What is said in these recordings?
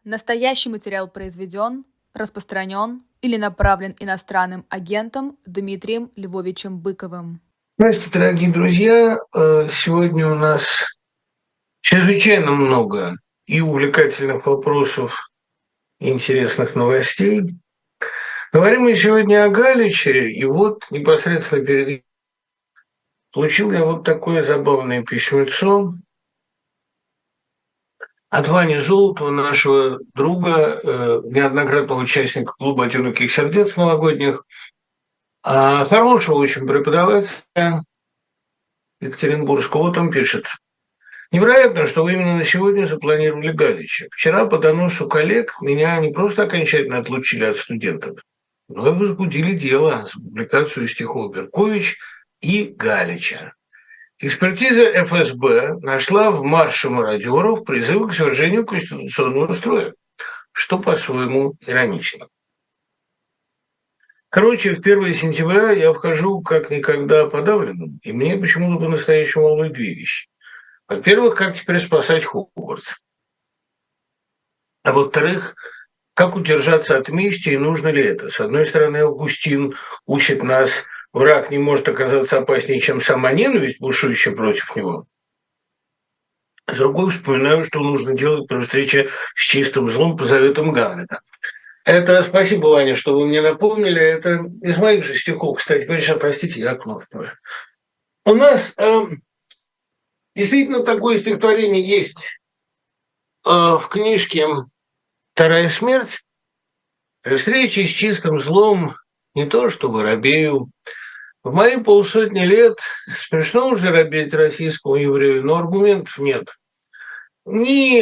Настоящий материал произведен, распространен или направлен иностранным агентом Дмитрием Львовичем Быковым. Здравствуйте, дорогие друзья. Сегодня у нас чрезвычайно много и увлекательных вопросов, и интересных новостей. Говорим мы сегодня о Галиче, и вот непосредственно перед получил я вот такое забавное письмецо от Вани Золотова, нашего друга, неоднократного участника клуба «Одиноких сердец» новогодних, хорошего очень преподавателя Екатеринбургского. Вот он пишет. Невероятно, что вы именно на сегодня запланировали Галича. Вчера по доносу коллег меня не просто окончательно отлучили от студентов, но и возбудили дело за публикацию стихов Беркович и Галича. Экспертиза ФСБ нашла в марше мародеров призывы к свержению конституционного строя, что по-своему иронично. Короче, в 1 сентября я вхожу как никогда подавленным, и мне почему-то по-настоящему волнуют две вещи. Во-первых, как теперь спасать Хогвартс? А во-вторых, как удержаться от мести и нужно ли это? С одной стороны, Августин учит нас, враг не может оказаться опаснее, чем сама ненависть, бушующая против него. С другой, вспоминаю, что нужно делать при встрече с чистым злом по заветам Гамлета. Это спасибо, Ваня, что вы мне напомнили. Это из моих же стихов, кстати. Простите, я окно открою. У нас действительно такое стихотворение есть в книжке «Вторая смерть». При встрече с чистым злом не то что воробею. В мои полсотни лет смешно уже робеть российскому еврею, но аргументов нет. Ни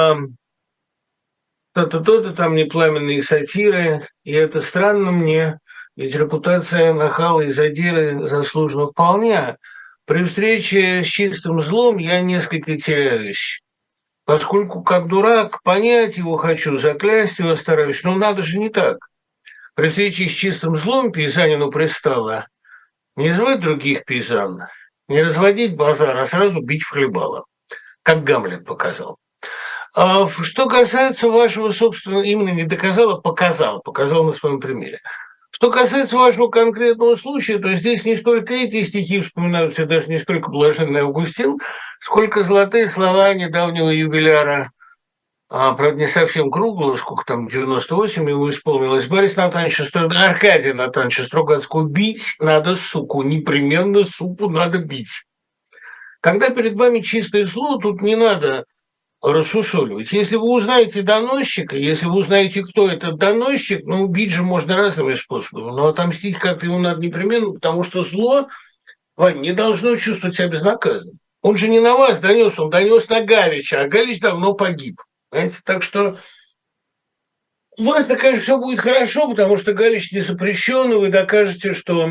то-то там не пламенные сатиры, и это странно мне, ведь репутация нахала и задиры заслужена вполне. При встрече с чистым злом я несколько теряюсь, поскольку как дурак понять его хочу, заклясть его стараюсь, но надо же не так. При встрече с чистым злом пейзанину пристало не звать других пейзан, не разводить базар, а сразу бить в хлебало, как Гамлет показал. Что касается вашего собственного, именно не доказал, а показал на своем примере. Что касается вашего конкретного случая, то здесь не столько эти стихи вспоминаются, даже не столько блаженный Августин, сколько золотые слова недавнего юбиляра, правда, не совсем круглого, сколько там, 98 ему исполнилось, Аркадия Натановича Стругацкого. Бить надо, суку, непременно суку надо бить. Когда перед вами чистое зло, тут не надо рассусоливать. Если вы узнаете доносчика, если вы узнаете, кто этот доносчик, убить же можно разными способами, но отомстить как-то ему надо непременно, потому что зло, Вань, не должно чувствовать себя безнаказанным. Он же не на вас донес, он донес на Галича, а Галич давно погиб. Понимаете? Так что у вас, конечно, все будет хорошо, потому что Галич не запрещен, и вы докажете, что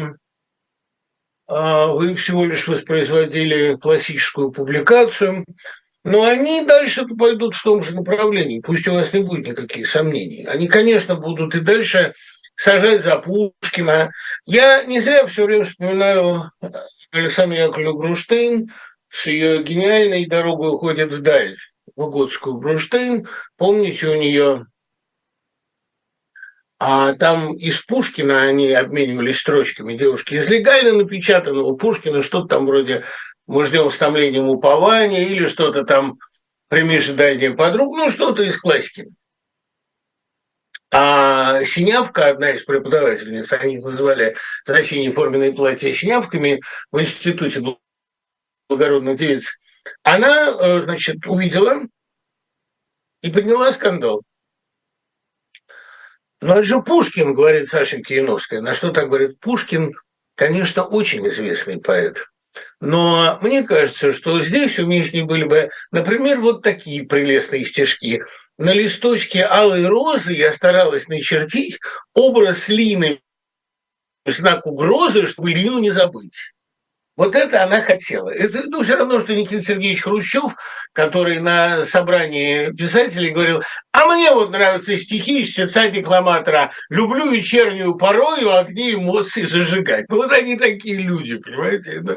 вы всего лишь воспроизводили классическую публикацию. Но они дальше пойдут в том же направлении, пусть у вас не будет никаких сомнений. Они, конечно, будут и дальше сажать за Пушкина. Я не зря все время вспоминаю Александру Яковлевну Груштейн с ее гениальной «Дорогой уходит вдаль», Выгодскую Груштейн. Помните, у нее там из Пушкина они обменивались строчками, девушки, из легально напечатанного Пушкина, что-то там вроде «Мы ждем с томлением упования» или что-то там «Прими ожидания подруг», что-то из классики. А Синявка, одна из преподавательниц, они их называли за синие форменные платья синявками в институте благородных девиц, она, увидела и подняла скандал. Это же Пушкин, говорит Сашенька Яновская. На что так говорит Пушкин? Конечно, очень известный поэт. Но мне кажется, что здесь уместнее были бы, например, вот такие прелестные стишки. На листочке алой розы я старалась начертить образ Лины, знак угрозы, чтобы Лину не забыть. Вот это она хотела. Это все равно, что Никита Сергеевич Хрущев, который на собрании писателей говорил: а мне вот нравятся стихи из чтеца декламатора. Люблю вечернюю порою огни эмоций зажигать. Вот они такие люди, понимаете?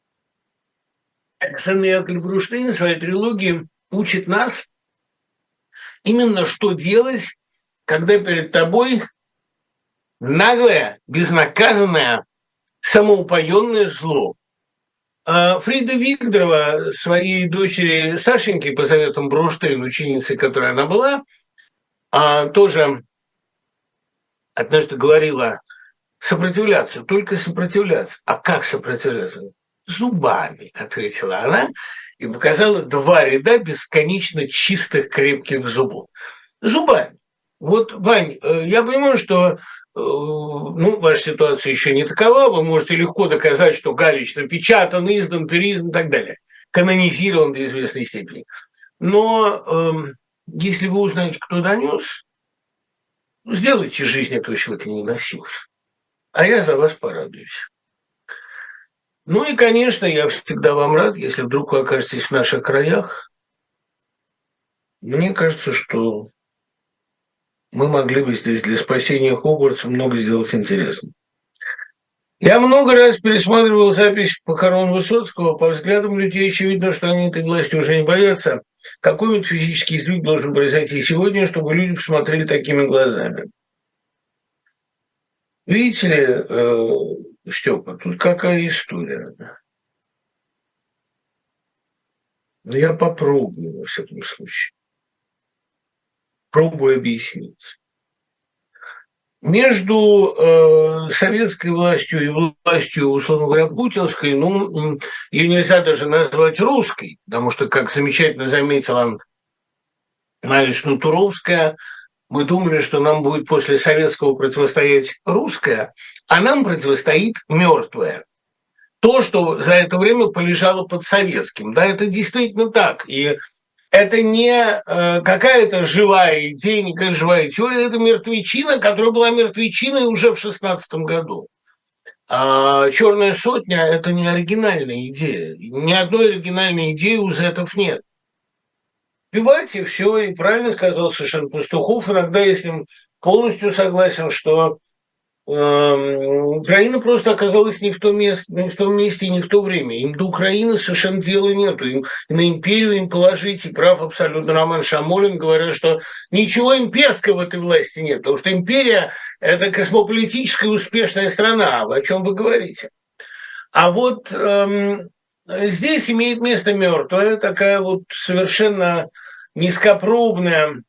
Александр Яковлевич Груштейн в своей трилогии учит нас Именно что делать, когда перед тобой наглое, безнаказанное, самоупоенное зло. Фрида Вигдорова своей дочери Сашеньке, по советам Бронштейн, ученицы, которой она была, тоже однажды говорила: сопротивляться, только сопротивляться. А как сопротивляться? Зубами, ответила она и показала 2 ряда бесконечно чистых крепких зубов. Зубами. Вот, Вань, я понимаю, что ваша ситуация еще не такова, вы можете легко доказать, что Галич напечатан, издан, переиздан и так далее, канонизирован до известной степени. Но если вы узнаете, кто донес, сделайте жизнь этого человека невыносимой. А я за вас порадуюсь. Ну и, конечно, я всегда вам рад, если вдруг вы окажетесь в наших краях. Мне кажется, что мы могли бы здесь для спасения Хогвартса много сделать интересного. Я много раз пересматривал запись похорон Высоцкого. По взглядам людей очевидно, что они этой власти уже не боятся. Какой метафизический сдвиг должен произойти сегодня, чтобы люди посмотрели такими глазами? Видите ли, Степа, тут какая история. Но я попробую, во всяком случае. Пробую объяснить. Между советской властью и властью, условно говоря, путинской, ее нельзя даже назвать русской, потому что, как замечательно заметила Надя Шнутуровская, мы думали, что нам будет после советского противостоять русское, а нам противостоит мертвое. То, что за это время полежало под советским. Да, это действительно так. И это не какая-то живая идея, не какая-то живая теория, это мертвечина, которая была мертвечиной уже в 2016 году. «Черная сотня» – это не оригинальная идея. Ни одной оригинальной идеи у зетов нет. Убивать и все, и правильно сказал совершенно Пастухов. Иногда я с ним полностью согласен, что Украина просто оказалась не в том месте и не в то время. Им до Украины совершенно дела нету. Им на империю им положить, и прав абсолютно Роман Шамолин, говорят, что ничего имперского в этой власти нет, потому что империя – это космополитическая успешная страна. О чем вы говорите? А вот здесь имеет место мертвая, такая вот совершенно низкопробная,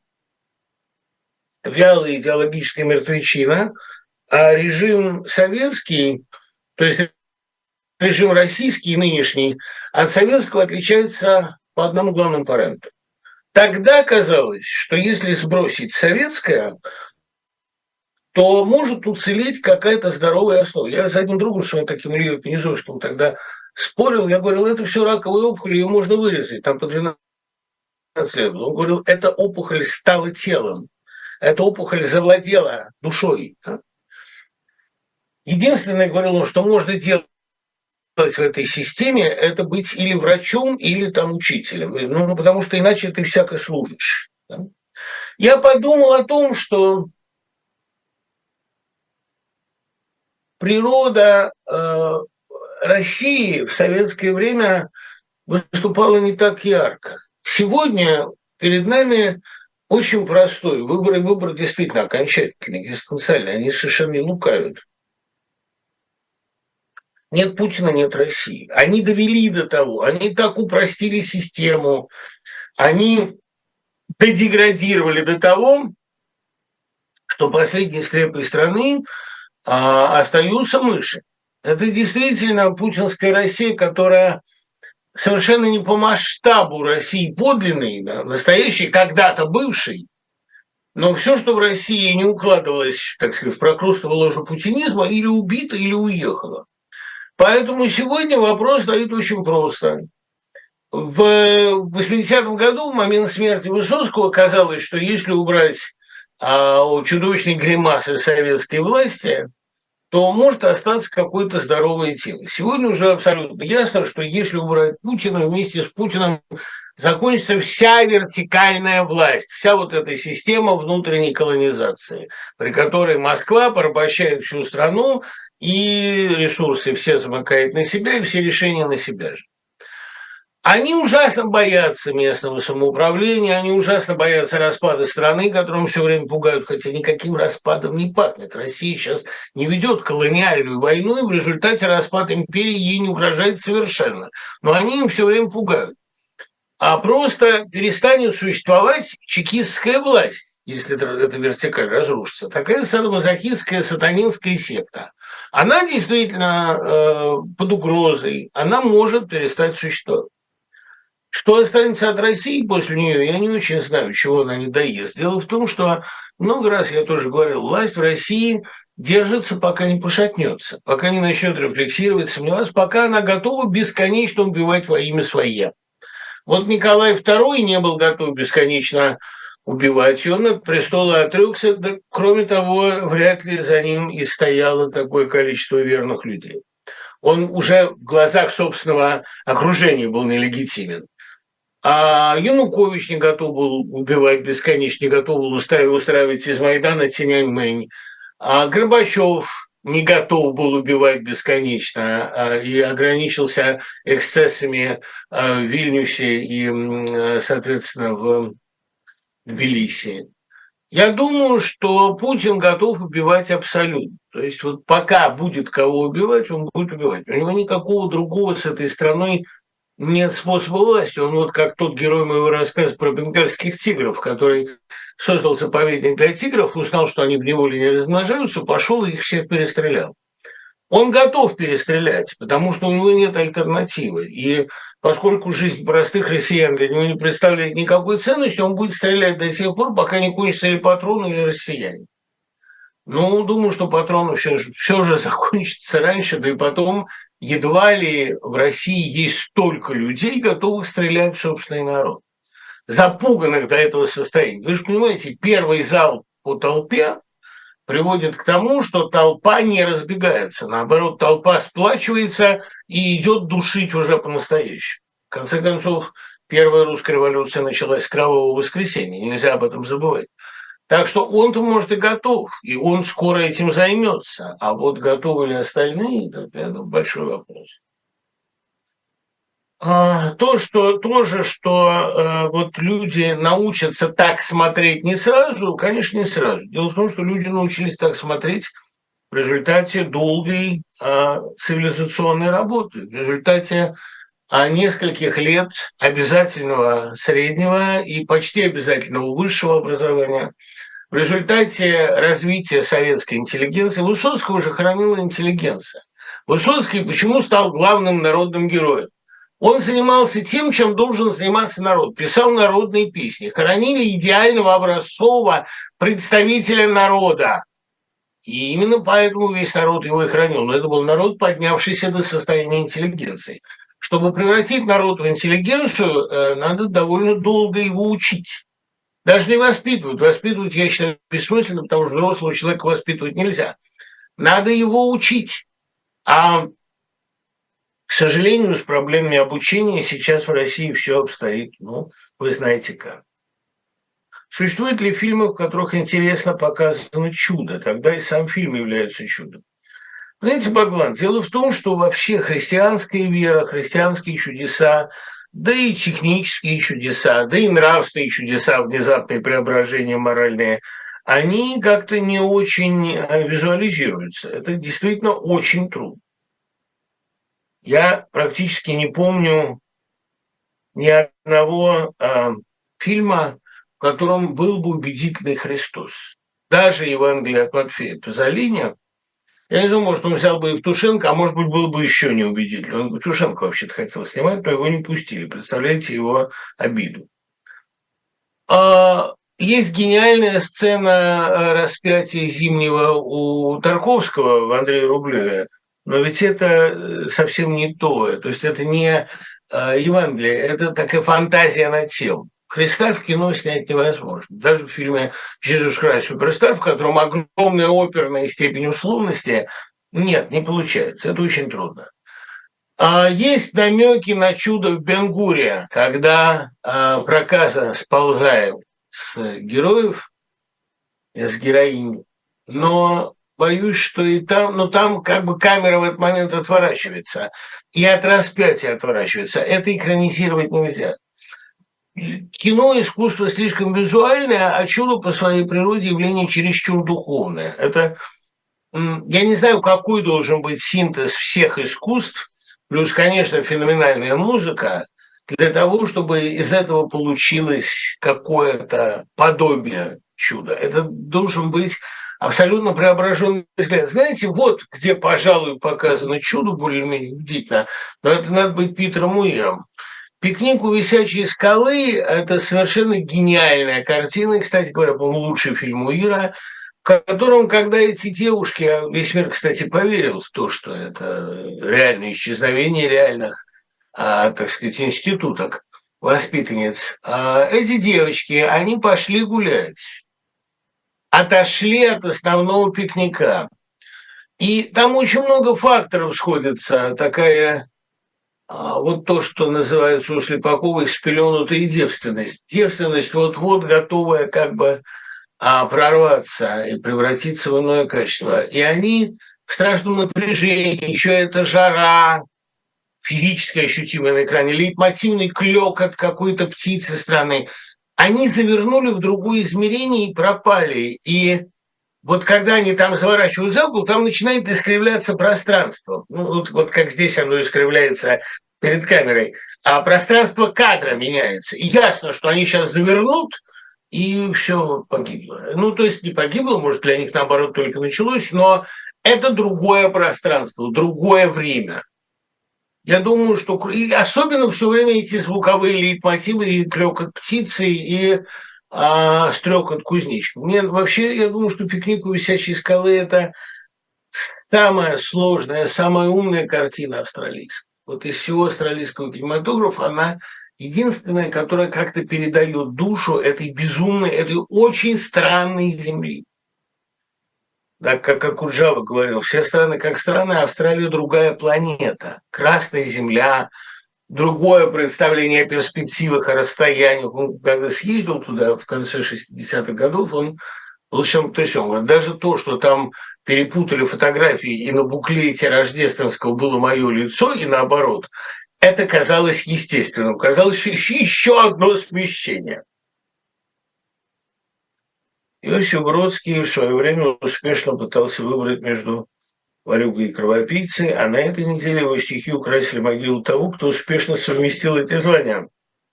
вялая идеологическая мертвечина, а режим советский, то есть режим российский нынешний, от советского отличается по одному главному параметру. Тогда казалось, что если сбросить советское, то может уцелеть какая-то здоровая основа. Я с одним другом своим таким Ильей Пенизовским тогда спорил, я говорил, это все раковые опухоли, ее можно вырезать, там по 12 лет. Он говорил, эта опухоль стала телом, эта опухоль завладела душой. Единственное, говорил он, что можно делать в этой системе, это быть или врачом, или там учителем. Потому что иначе ты всяко служишь. Да? Я подумал о том, что природа России в советское время выступала не так ярко. Сегодня перед нами очень простой выбор, и выбор действительно окончательный, экзистенциальный. Они совершенно не лукавят. Нет Путина, нет России. Они довели до того, они так упростили систему, они деградировали до того, что последней скрепой страны остаются мыши. Это действительно путинская Россия, которая совершенно не по масштабу России подлинной, да, настоящей, когда-то бывшей, но все, что в России не укладывалось, так сказать, в прокрустово ложе путинизма, или убито, или уехало. Поэтому сегодня вопрос стоит очень просто. В 80-м году, в момент смерти Высоцкого, казалось, что если убрать чудовищные гримасы советской власти, то может остаться какое-то здоровое тело. Сегодня уже абсолютно ясно, что если убрать Путина, вместе с Путиным закончится вся вертикальная власть, вся вот эта система внутренней колонизации, при которой Москва порабощает всю страну, и ресурсы все замыкает на себя, и все решения на себя же. Они ужасно боятся местного самоуправления, они ужасно боятся распада страны, которым все время пугают, хотя никаким распадом не пахнет. Россия сейчас не ведет колониальную войну, и в результате распад империи ей не угрожает совершенно. Но они им все время пугают. А просто перестанет существовать чекистская власть, если эта вертикаль разрушится. Такая садомазохистская сатанинская секта. Она действительно под угрозой, она может перестать существовать. Что останется от России после нее, я не очень знаю, чего она не доест. Дело в том, что много раз я тоже говорил, власть в России держится, пока не пошатнется, пока не начнет рефлексировать, сомневаться, пока она готова бесконечно убивать во имя своя. Вот Николай II не был готов бесконечно убивать, и он от престола отрекся, да, кроме того, вряд ли за ним и стояло такое количество верных людей. Он уже в глазах собственного окружения был нелегитимен. А Янукович не готов был убивать бесконечно, не готов был устраивать из Майдана Тяньаньмэнь. А Горбачев не готов был убивать бесконечно и ограничился эксцессами в Вильнюсе и, соответственно, в Тбилиси. Я думаю, что Путин готов убивать абсолютно. То есть вот пока будет кого убивать, он будет убивать. У него никакого другого с этой страной нет способа власти. Он вот как тот герой моего рассказа про бенгальских тигров, который создал заповедник для тигров, узнал, что они в неволе не размножаются, пошел и их всех перестрелял. Он готов перестрелять, потому что у него нет альтернативы. И поскольку жизнь простых россиян для него не представляет никакой ценности, он будет стрелять до тех пор, пока не кончатся или патроны, или россияне. Ну, думаю, что патроны все же закончатся раньше, да и потом едва ли в России есть столько людей, готовых стрелять в собственный народ, запуганных до этого состояния. Вы же понимаете, первый залп по толпе приводит к тому, что толпа не разбегается. Наоборот, толпа сплачивается и идет душить уже по-настоящему. В конце концов, первая русская революция началась с Кровавого воскресенья, нельзя об этом забывать. Так что он-то, может, и готов, и он скоро этим займется. А вот готовы ли остальные, это большой вопрос. Вот люди научатся так смотреть не сразу, конечно, не сразу. Дело в том, что люди научились так смотреть в результате долгой цивилизационной работы, в результате нескольких лет обязательного среднего и почти обязательного высшего образования, в результате развития советской интеллигенции. Высоцкого же хранила интеллигенция. Высоцкий почему стал главным народным героем? Он занимался тем, чем должен заниматься народ. Писал народные песни. Хоронили идеального образцового представителя народа. И именно поэтому весь народ его и хранил. Но это был народ, поднявшийся до состояния интеллигенции. Чтобы превратить народ в интеллигенцию, надо довольно долго его учить. Даже не воспитывать. Воспитывать, я считаю, бессмысленно, потому что взрослого человека воспитывать нельзя. Надо его учить. А, к сожалению, с проблемами обучения сейчас в России все обстоит, вы знаете как. Существуют ли фильмы, в которых интересно показано чудо? Тогда и сам фильм является чудом. Знаете, Баглан, дело в том, что вообще христианская вера, христианские чудеса, да и технические чудеса, да и нравственные чудеса, внезапные преображения моральные, они как-то не очень визуализируются. Это действительно очень трудно. Я практически не помню ни одного фильма, в котором был бы убедительный Христос. Даже Евангелие от Матфея Пазолини, я не думаю, может, он взял бы Евтушенко, а может быть, был бы еще неубедительный. Он Евтушенко вообще-то хотел снимать, но его не пустили. Представляете его обиду. Есть гениальная сцена распятия Зимнего у Тарковского в Андрее Рублеве, но ведь это совсем не то. То есть это не Евангелие, это такая фантазия над тем. Христа в кино снять невозможно. Даже в фильме «Jesus Christ Superstar», в котором огромная оперная степень условности, нет, не получается. Это очень трудно. Есть намеки на чудо в Бен-Гуре, когда проказа сползает с героев, с героинь. Но боюсь, что и там, но там как бы камера в этот момент отворачивается, и от распятия отворачивается. Это экранизировать нельзя. Кино, искусство слишком визуальное, а чудо по своей природе явление чересчур духовное. Это, я не знаю, какой должен быть синтез всех искусств, плюс, конечно, феноменальная музыка, для того, чтобы из этого получилось какое-то подобие чуда. Это должен быть абсолютно преображенный взгляд. Знаете, вот где, пожалуй, показано чудо более-менее убедительно, но это надо быть Питером Уиром. «Пикник у висячей скалы» – это совершенно гениальная картина, кстати говоря, по-моему, лучший фильм Уира, в котором, когда эти девушки, весь мир, кстати, поверил в то, что это реальное исчезновение реальных, так сказать, институток, воспитанниц, эти девочки, они пошли гулять, отошли от основного пикника. И там очень много факторов сходится, такая вот то, что называется у Слепаковой спеленутая девственность. Девственность вот-вот готовая как бы прорваться и превратиться в иное качество. И они в страшном напряжении, еще это жара, физически ощутимая на экране, лейтмотивный клёкот какой-то птицы странной. Они завернули в другое измерение и пропали. И вот когда они там заворачивают за угол, там начинает искривляться пространство. Ну, вот как здесь оно искривляется перед камерой. А пространство кадра меняется. И ясно, что они сейчас завернут, и все погибло. Ну, то есть не погибло, может, для них, наоборот, только началось, но это другое пространство, другое время. Я думаю, что и особенно все время эти звуковые лейтмотивы, и клёкот птицы, и стрёкот кузнечиков. Мне вообще, я думаю, что «Пикник у висячей скалы» – это самая сложная, самая умная картина австралийская. Вот из всего австралийского кинематографа она единственная, которая как-то передает душу этой безумной, этой очень странной земли. Да, как Акуджава говорил, все страны как страны, а Австралия другая планета. Красная земля, другое представление о перспективах, о расстояниях. Он когда съездил туда в конце 60-х годов, он был чем потрясен. Говорит, даже то, что там перепутали фотографии, и на буклете рождественского было мое лицо, и наоборот, это казалось естественным. Казалось еще одно смещение. Иосиф Бродский в свое время успешно пытался выбрать между «Ворюгой и кровопийцей», а на этой неделе его стихи украсили могилу того, кто успешно совместил эти звания.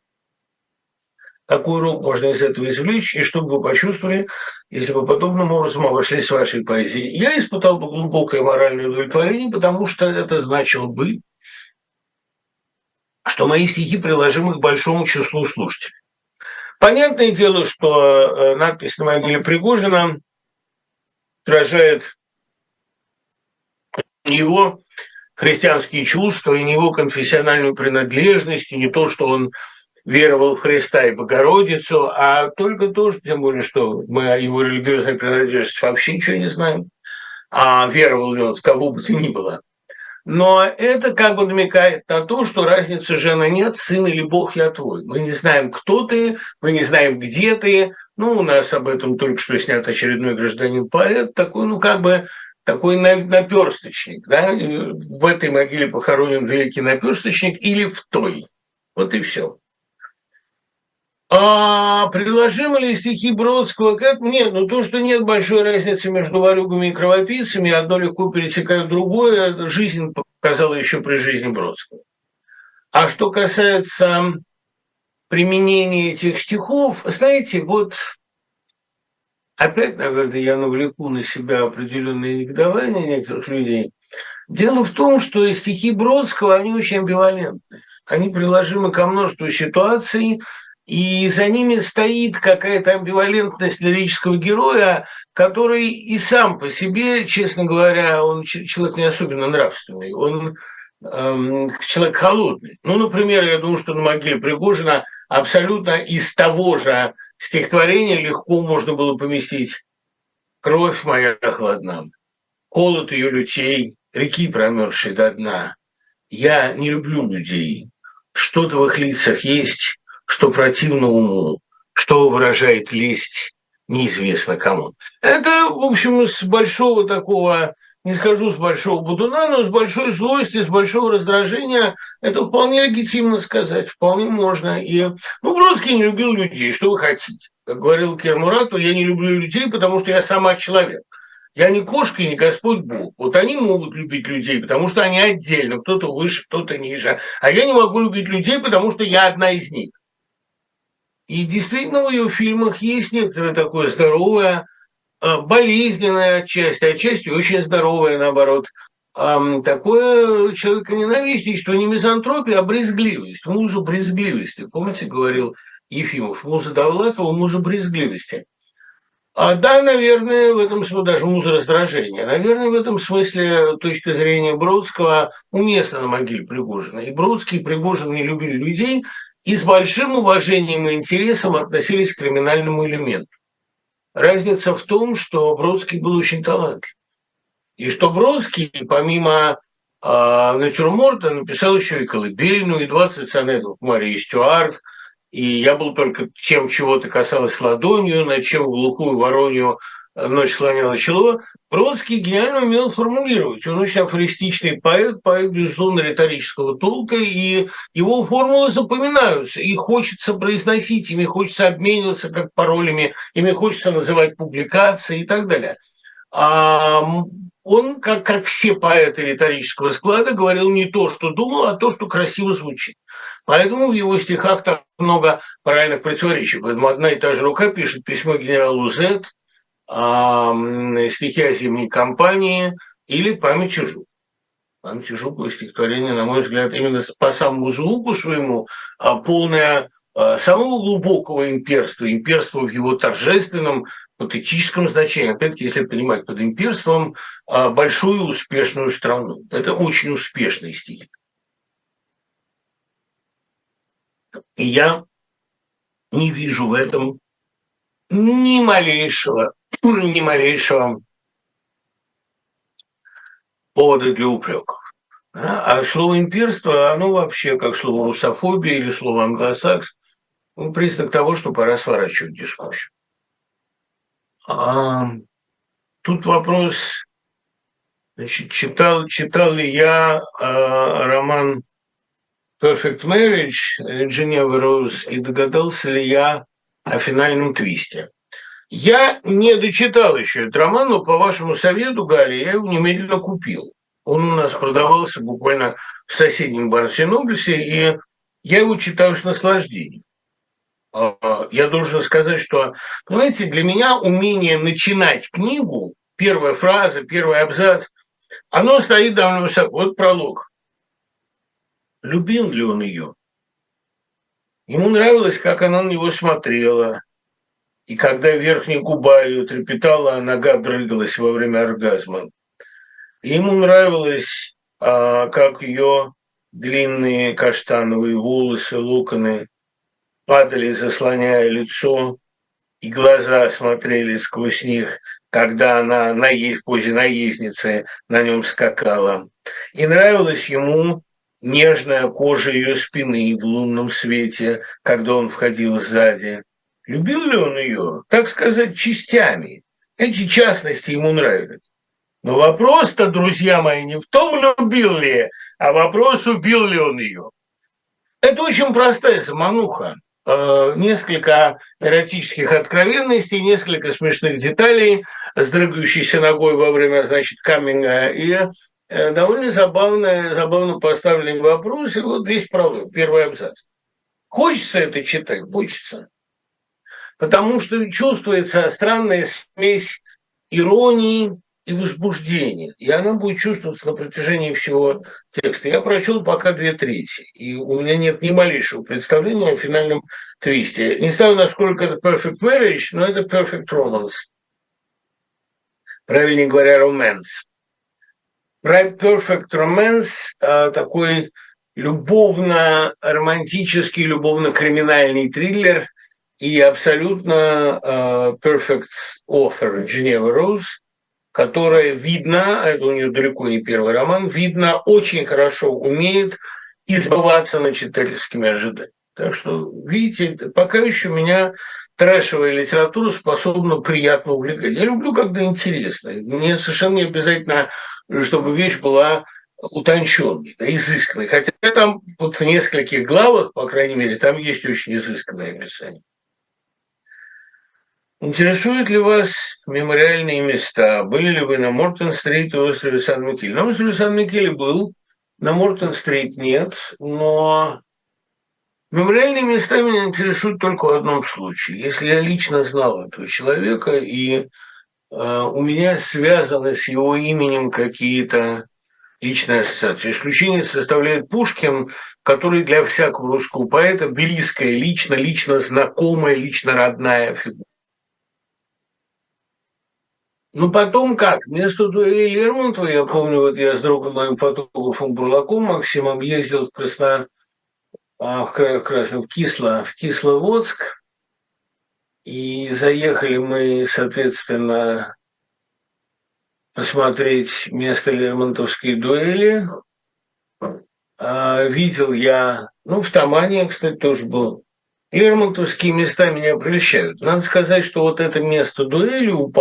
Какой урок можно из этого извлечь, и что бы вы почувствовали, если бы подобным образом обошлись с вашей поэзией? Я испытал бы глубокое моральное удовлетворение, потому что это значило бы, что мои стихи приложимы к большому числу слушателей. Понятное дело, что надпись на могиле Пригожина отражает не его христианские чувства, и не его конфессиональную принадлежность, и не то, что он веровал в Христа и Богородицу, а только то, что, тем более, что мы о его религиозной принадлежности вообще ничего не знаем, а веровал ли он в кого бы то ни было. Но это как бы намекает на то, что разницы жена нет, сын или Бог я твой. Мы не знаем, кто ты, мы не знаем, где ты. Ну, у нас об этом только что снят очередной гражданин-поэт, такой, ну, как бы такой наперсточник. Да? В этой могиле похоронен великий наперсточник или в той. Вот и все. А приложимы ли стихи Бродского к этому? Нет, ну то, что нет большой разницы между ворюгами и кровопийцами, одно легко перетекает в другое, жизнь показала еще при жизни Бродского. А что касается применения этих стихов, знаете, вот опять, наверное, я навлеку на себя определенное негодование некоторых людей. Дело в том, что стихи Бродского, они очень амбивалентны. Они приложимы ко множеству ситуаций, и за ними стоит какая-то амбивалентность лирического героя, который и сам по себе, честно говоря, он человек не особенно нравственный, он человек холодный. Ну, например, я думаю, что на могиле Пригожина абсолютно из того же стихотворения легко можно было поместить «Кровь моя холодна, холод ее лютей, реки промерзшей до дна. Я не люблю людей, что-то в их лицах есть, что противно уму, что выражает лесть, неизвестно кому. Это, в общем, с большого такого, не скажу с большого будуна, но с большой злости, с большого раздражения, это вполне легитимно сказать, вполне можно. И, Бродский не любил людей, что вы хотите? Как говорил Кир Муратов, я не люблю людей, потому что я сама человек. Я не кошка и не Господь Бог. Вот они могут любить людей, потому что они отдельно, кто-то выше, кто-то ниже. А я не могу любить людей, потому что я одна из них. И действительно в ее фильмах есть некоторое такое здоровое, болезненная отчасти очень здоровая, наоборот, такое человеконенавистничество, не мизантропия, а брезгливость, муза брезгливости. Помните, говорил Ефимов, муза Довлатова, муза брезгливости. Да, наверное, в этом смысле, даже муза раздражения, наверное, в этом смысле точка зрения Бродского уместна на могиле Пригожина. И Бродский и Пригожин не любили людей и с большим уважением и интересом относились к криминальному элементу. Разница в том, что Бродский был очень талантлив. И что Бродский, помимо натюрморта, написал еще и колыбельную, и 20 сонетов Марии Стюарт, и я был только тем, чего-то касалось ладонью, над чем в глухую воронью ночь склоняла чело. Бродский гениально умел формулировать. Он очень афористичный поэт, безусловно, риторического толка, и его формулы запоминаются. Их хочется произносить, ими хочется обмениваться как паролями, ими хочется называть публикации и так далее. Он, как все поэты риторического склада, говорил не то, что думал, а то, что красиво звучит. Поэтому в его стихах так много параллельных противоречий. Поэтому одна и та же рука пишет письмо генералу З, стихи о зимней кампании или «Память о Жукове». «Память о Жукове» стихотворение, на мой взгляд, именно по самому звуку своему полное самого глубокого имперства, имперства в его торжественном, патетическом значении. Опять-таки, если понимать под имперством большую успешную страну. Это очень успешные стихи. И я не вижу в этом ни малейшего повода для упреков. А слово имперство, оно вообще, как слово русофобия или слово англосакс, признак того, что пора сворачивать дискуссию. Тут вопрос, значит, читал ли я роман Perfect Marriage Дженевы Роуз и догадался ли я о финальном твисте. Я не дочитал еще этот роман, но по вашему совету, Галя, я его немедленно купил. Он у нас продавался буквально в соседнем Барнсе Ноблесе, и я его читаю с наслаждением. Я должен сказать, что, понимаете, для меня умение начинать книгу, первая фраза, первый абзац, оно стоит довольно высоко. Вот пролог. Любил ли он ее? Ему нравилось, как она на него смотрела. И когда верхняя губа ее трепетала, а нога дрыгалась во время оргазма. И ему нравилось, как ее длинные каштановые волосы, локоны падали, заслоняя лицо, и глаза смотрели сквозь них, когда она в позе наездницы на нем скакала. И нравилась ему нежная кожа ее спины в лунном свете, когда он входил сзади. Любил ли он ее, так сказать, частями? Эти частности ему нравились. Но вопрос-то, друзья мои, не в том, любил ли, а вопрос, убил ли он ее. Это очень простая замануха. Несколько эротических откровенностей, несколько смешных деталей с дрыгающейся ногой во время, значит, каминга, и довольно забавно поставленный вопрос, и вот весь пролог, первый абзац. Хочется это читать? Хочется. Потому что чувствуется странная смесь иронии и возбуждения, и она будет чувствоваться на протяжении всего текста. Я прочел пока 2/3, и у меня нет ни малейшего представления о финальном твисте. Не знаю, насколько это perfect marriage, но это perfect romance. Правильнее говоря, romance. Perfect romance такой любовно-романтический, любовно-криминальный триллер и абсолютно perfect author Дженева Роуз, которая, видно, это у нее далеко не первый роман, видно, очень хорошо умеет избываться над читательскими ожиданиями. Так что, видите, пока еще меня трэшевая литература способна приятно увлекать. Я люблю, когда интересно. Мне совершенно не обязательно, чтобы вещь была утонченной, да, изысканной. Хотя там вот в нескольких главах, по крайней мере, там есть очень изысканное описание. Интересуют ли вас мемориальные места? Были ли вы на Мортон-стрит и острове Сан-Микеле? На острове Сан-Микеле был, на Мортон-стрит нет, но мемориальные места меня интересуют только в одном случае. Если я лично знал этого человека, и у меня связаны с его именем какие-то личные ассоциации. Исключение составляет Пушкин, который для всякого русского поэта близкая, лично знакомая, лично родная фигура. Ну, потом как? Место дуэли Лермонтова, я помню, вот я с другом моим фотографом Бурлаком Максимом ездил в Кисловодск, и заехали мы, соответственно, посмотреть место Лермонтовской дуэли. Видел я, ну, в Тамане, кстати, тоже был. Лермонтовские места меня прельщают. Надо сказать, что вот это место дуэли у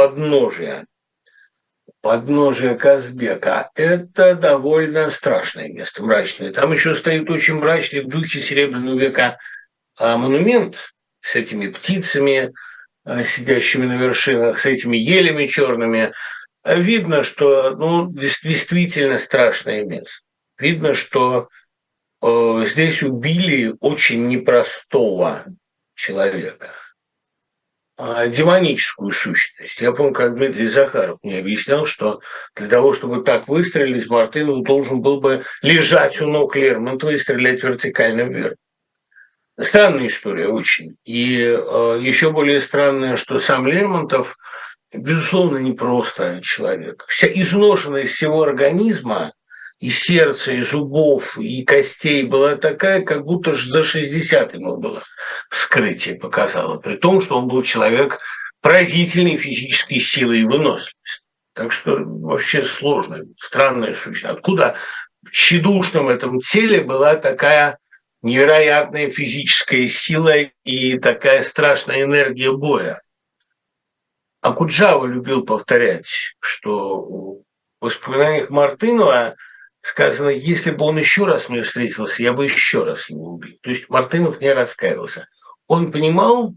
подножия Казбека, это довольно страшное место, мрачное. Там еще стоит очень мрачный в духе Серебряного века монумент с этими птицами, сидящими на вершинах, с этими елями черными. Видно, что действительно страшное место. Видно, что здесь убили очень непростого человека, демоническую сущность. Я помню, как Дмитрий Захаров мне объяснял, что для того, чтобы так выстрелить, Мартынов должен был бы лежать у ног Лермонтова и стрелять вертикально вверх. Странная история очень. И еще более странное, что сам Лермонтов, безусловно, не просто человек. Вся изношенность всего организма, и сердца, и зубов, и костей была такая, как будто за 60 ему было вскрытие показало, при том, что он был человек поразительной физической силы и выносливости. Так что вообще сложная, странная сущность. Откуда в тщедушном этом теле была такая невероятная физическая сила и такая страшная энергия боя? А Куджава любил повторять, что в воспоминаниях Мартынова сказано, если бы он еще раз мне встретился, я бы еще раз его убил. То есть Мартынов не раскаивался. Он понимал,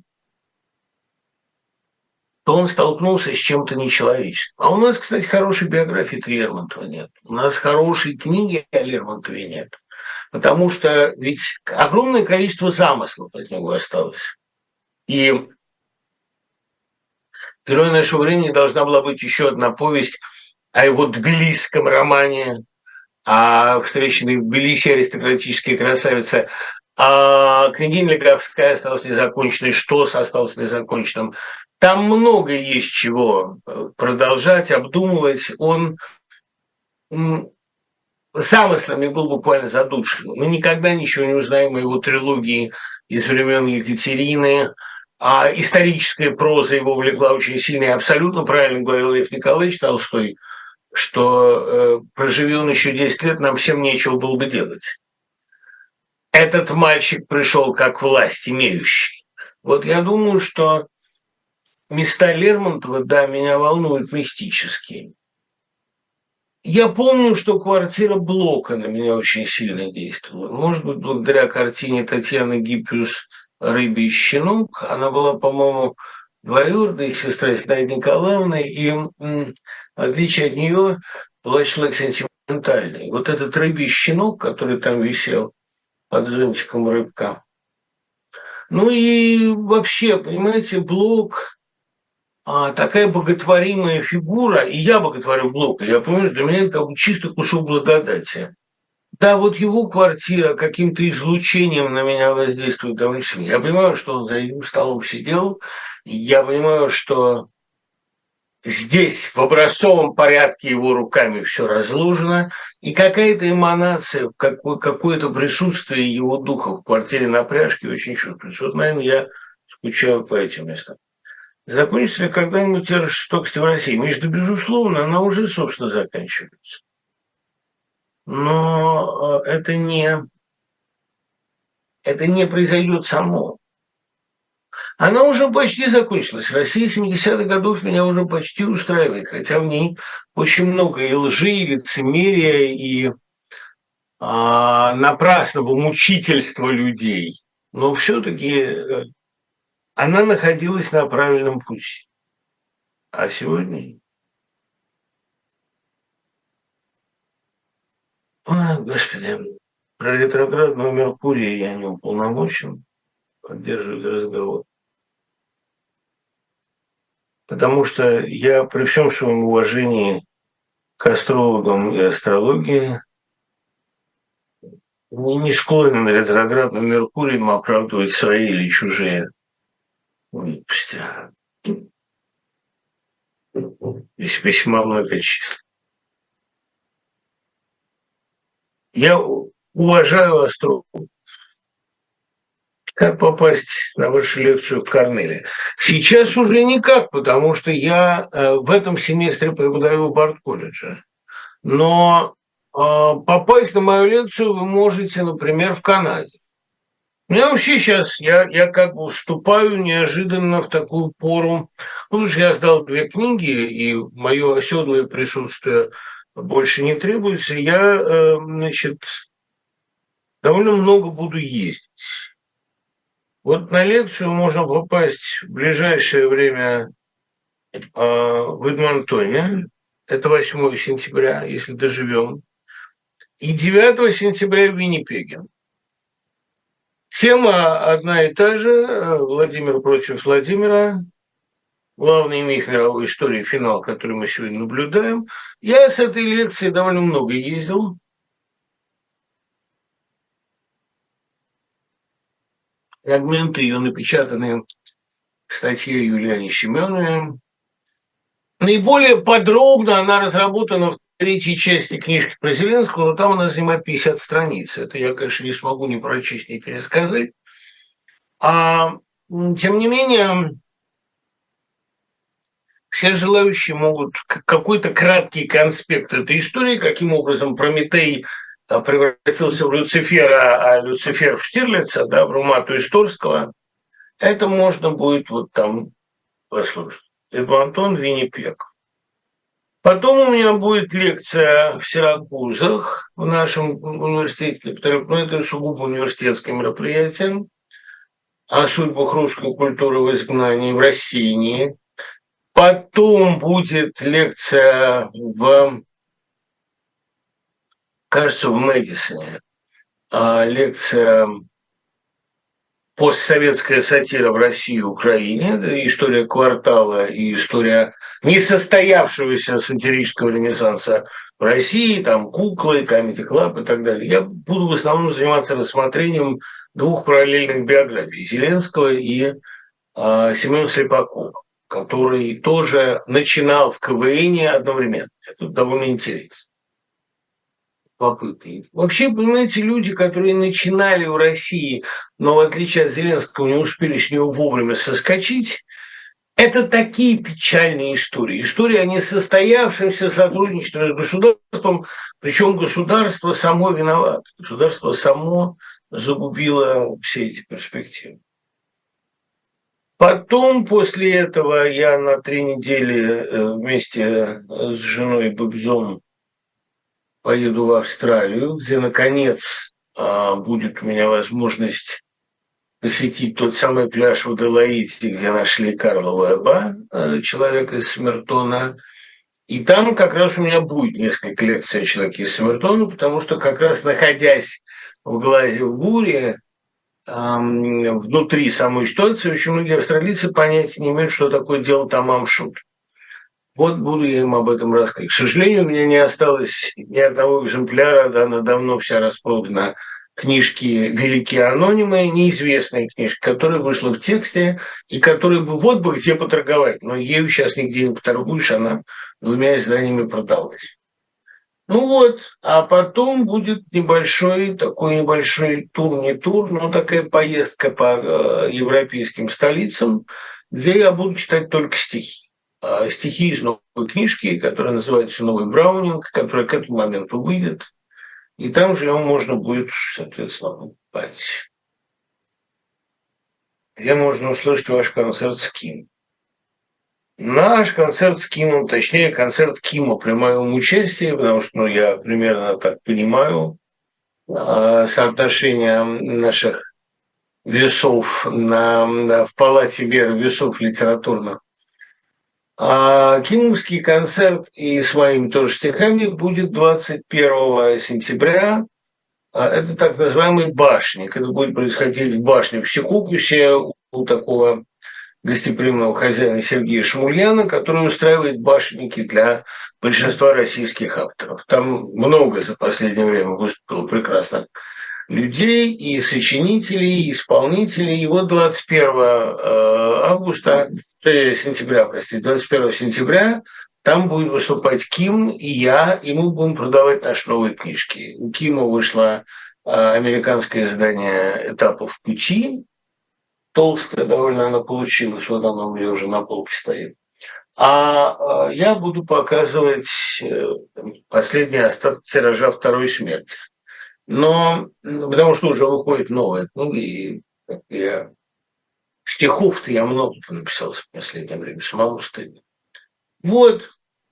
что он столкнулся с чем-то нечеловеческим. А у нас, кстати, хорошей биографии Лермонтова нет. У нас хорошей книги о Лермонтове нет. Потому что ведь огромное количество замыслов от него осталось. И «Герой нашего времени» должна была быть еще одна повесть о его тбилисском романе, о встреченной в Тбилиси аристократические красавицы, а княгиня Леговская осталась незаконченной, Штос остался незаконченным. Там много есть чего продолжать, обдумывать. Он замыслами был буквально задушен. Мы никогда ничего не узнаем о его трилогии из времен Екатерины, а историческая проза его влекла очень сильно. И абсолютно правильно говорил Лев Николаевич Толстой, что проживи он еще 10 лет, нам всем нечего было бы делать. Этот мальчик пришел как власть имеющий. Вот я думаю, что места Лермонтова, да, меня волнуют мистические. Я помню, что квартира Блока на меня очень сильно действовала. Может быть, благодаря картине Татьяны Гиппиус «Рыбий щенок». Она была, по-моему, двоюродной сестрой Зинаиды Николаевны, и в отличие от нее была человек сентиментальный. Вот этот рыбий щенок, который там висел под зонтиком рыбка. Ну и вообще, понимаете, Блок такая боготворимая фигура, и я боготворю Блока. Я понимаю, для меня это как бы чисто кусок благодати. Да, вот его квартира каким-то излучением на меня воздействует довольно сильно. Я понимаю, что он за этим столом сидел, я понимаю, что здесь в образцовом порядке его руками все разложено, и какая-то эманация, какое-то присутствие его духа в квартире на Пряжке очень чувствуется. Вот, наверное, я скучаю по этим местам. Закончится ли когда-нибудь эра жестокости в России? Между, безусловно, она уже, собственно, заканчивается. Но это не произойдет само. Она уже почти закончилась. Россия 70-х годов меня уже почти устраивает, хотя в ней очень много и лжи, и лицемерия, и напрасного мучительства людей. Но все-таки она находилась на правильном пути. А сегодня... Ой, Господи, про ретроградного Меркурия я не уполномочен поддерживать разговор. Потому что я при всем своем уважении к астрологам и астрологии не склонен ретроградным Меркурием оправдывать свои или чужие глупости. Здесь весьма многочисленно. Я уважаю астрологов. Как попасть на вашу лекцию в Корнеле? Сейчас уже никак, потому что я в этом семестре преподаю в Барт-колледже. Но попасть на мою лекцию вы можете, например, в Канаде. У меня вообще сейчас, я как бы вступаю неожиданно в такую пору. Ну, уж я сдал 2 книги, и мое оседлое присутствие больше не требуется. Я, значит, довольно много буду ездить. Вот на лекцию можно попасть в ближайшее время в Эдмонтоне. Это 8 сентября, если доживем. И 9 сентября в Виннипеге. Тема одна и та же. Владимир против Владимира. Главный миф мировой истории, финал, который мы сегодня наблюдаем. Я с этой лекции довольно много ездил. Фрагменты ее напечатаны в статье Юлиане Семеновой. Наиболее подробно она разработана в 3-й части книжки про Зеленского, но там она занимает 50 страниц. Это я, конечно, не смогу ни прочесть, ни пересказать. Тем не менее, все желающие могут какой-то краткий конспект этой истории, каким образом Прометей превратился в Люцифера, а Люцифер в Штирлица, да, в Румату Исторского, это можно будет вот там послушать. Эдмонтон, Виннипег. Потом у меня будет лекция в Сиракузах, в нашем университете, но это сугубо университетское мероприятие, о судьбах русской культуры в изгнании в России. Потом будет лекция кажется, в Мэдисоне, лекция «Постсоветская сатира в России и Украине». Это история квартала и история несостоявшегося сатирического ренессанса в России, там куклы, Comedy Club и так далее. Я буду в основном заниматься рассмотрением 2 параллельных биографий Зеленского и Семена Слепакова, который тоже начинал в КВН одновременно. Это довольно интересно. Попытки. Вообще, понимаете, люди, которые начинали в России, но в отличие от Зеленского не успели с него вовремя соскочить, это такие печальные истории. Истории о несостоявшемся сотрудничестве с государством, причем государство само виновато. Государство само загубило все эти перспективы. Потом, после этого, я на 3 недели вместе с женой Бобзом поеду в Австралию, где, наконец, будет у меня возможность посетить тот самый пляж в Аделаиде, где нашли Карла Уэбба, человека из Смертона. И там как раз у меня будет несколько лекций о человеке из Смертона, потому что как раз находясь в глазе в буре, внутри самой ситуации, очень многие австралийцы понятия не имеют, что такое дело Тамам Шут. Вот буду я им об этом рассказывать. К сожалению, у меня не осталось ни одного экземпляра, да, она давно вся распродана, книжки «Великие анонимы», неизвестная книжка, которая вышла в тексте, и которая бы вот бы где поторговать, но ею сейчас нигде не поторгуешь, она 2 изданиями продалась. Ну вот, а потом будет небольшой тур, не тур, но такая поездка по европейским столицам, где я буду читать только стихи. Стихи из новой книжки, которая называется «Новый Браунинг», которая к этому моменту выйдет. И там же его можно будет, соответственно, покупать. где можно услышать ваш концерт с Ким. Наш концерт с Кимом, точнее, концерт Кима при моем участии, потому что, я примерно так понимаю соотношение наших весов в палате меры весов литературных. А кимовский концерт и с моими тоже стихами будет 21 сентября. Это так называемый башник. Это будет происходить в башне в Секукусе у такого гостеприимного хозяина Сергея Шмульяна, который устраивает башенники для большинства российских авторов. Там много за последнее время выступило прекрасно людей, и сочинителей, и исполнителей. И вот 21 сентября там будет выступать Ким и я, и мы будем продавать наши новые книжки. У Кима вышло американское издание «Этапов пути». Толстая довольно она получилась, вот она у меня уже на полке стоит. А я буду показывать последние остатки тиража «Второй смерти». Но потому что уже выходит новая книга, и стихов-то я много написал в последнее время, самому стыдно. Вот.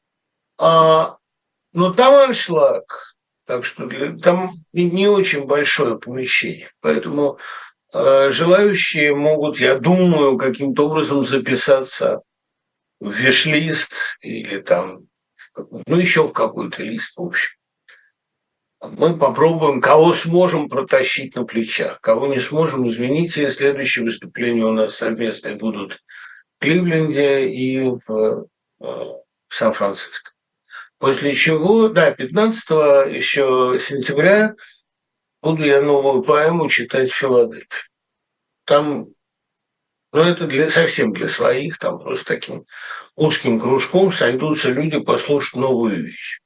Но там аншлаг, так что там не очень большое помещение, поэтому желающие могут, я думаю, каким-то образом записаться в виш-лист или там, еще в какой-то лист, в общем. Мы попробуем, кого сможем протащить на плечах, кого не сможем, извините, следующие выступления у нас совместные будут в Кливленде и в Сан-Франциско. После чего, 15 еще сентября буду я новую поэму читать в Филадельфии. Там, это совсем для своих, там просто таким узким кружком сойдутся люди послушать новую вещь.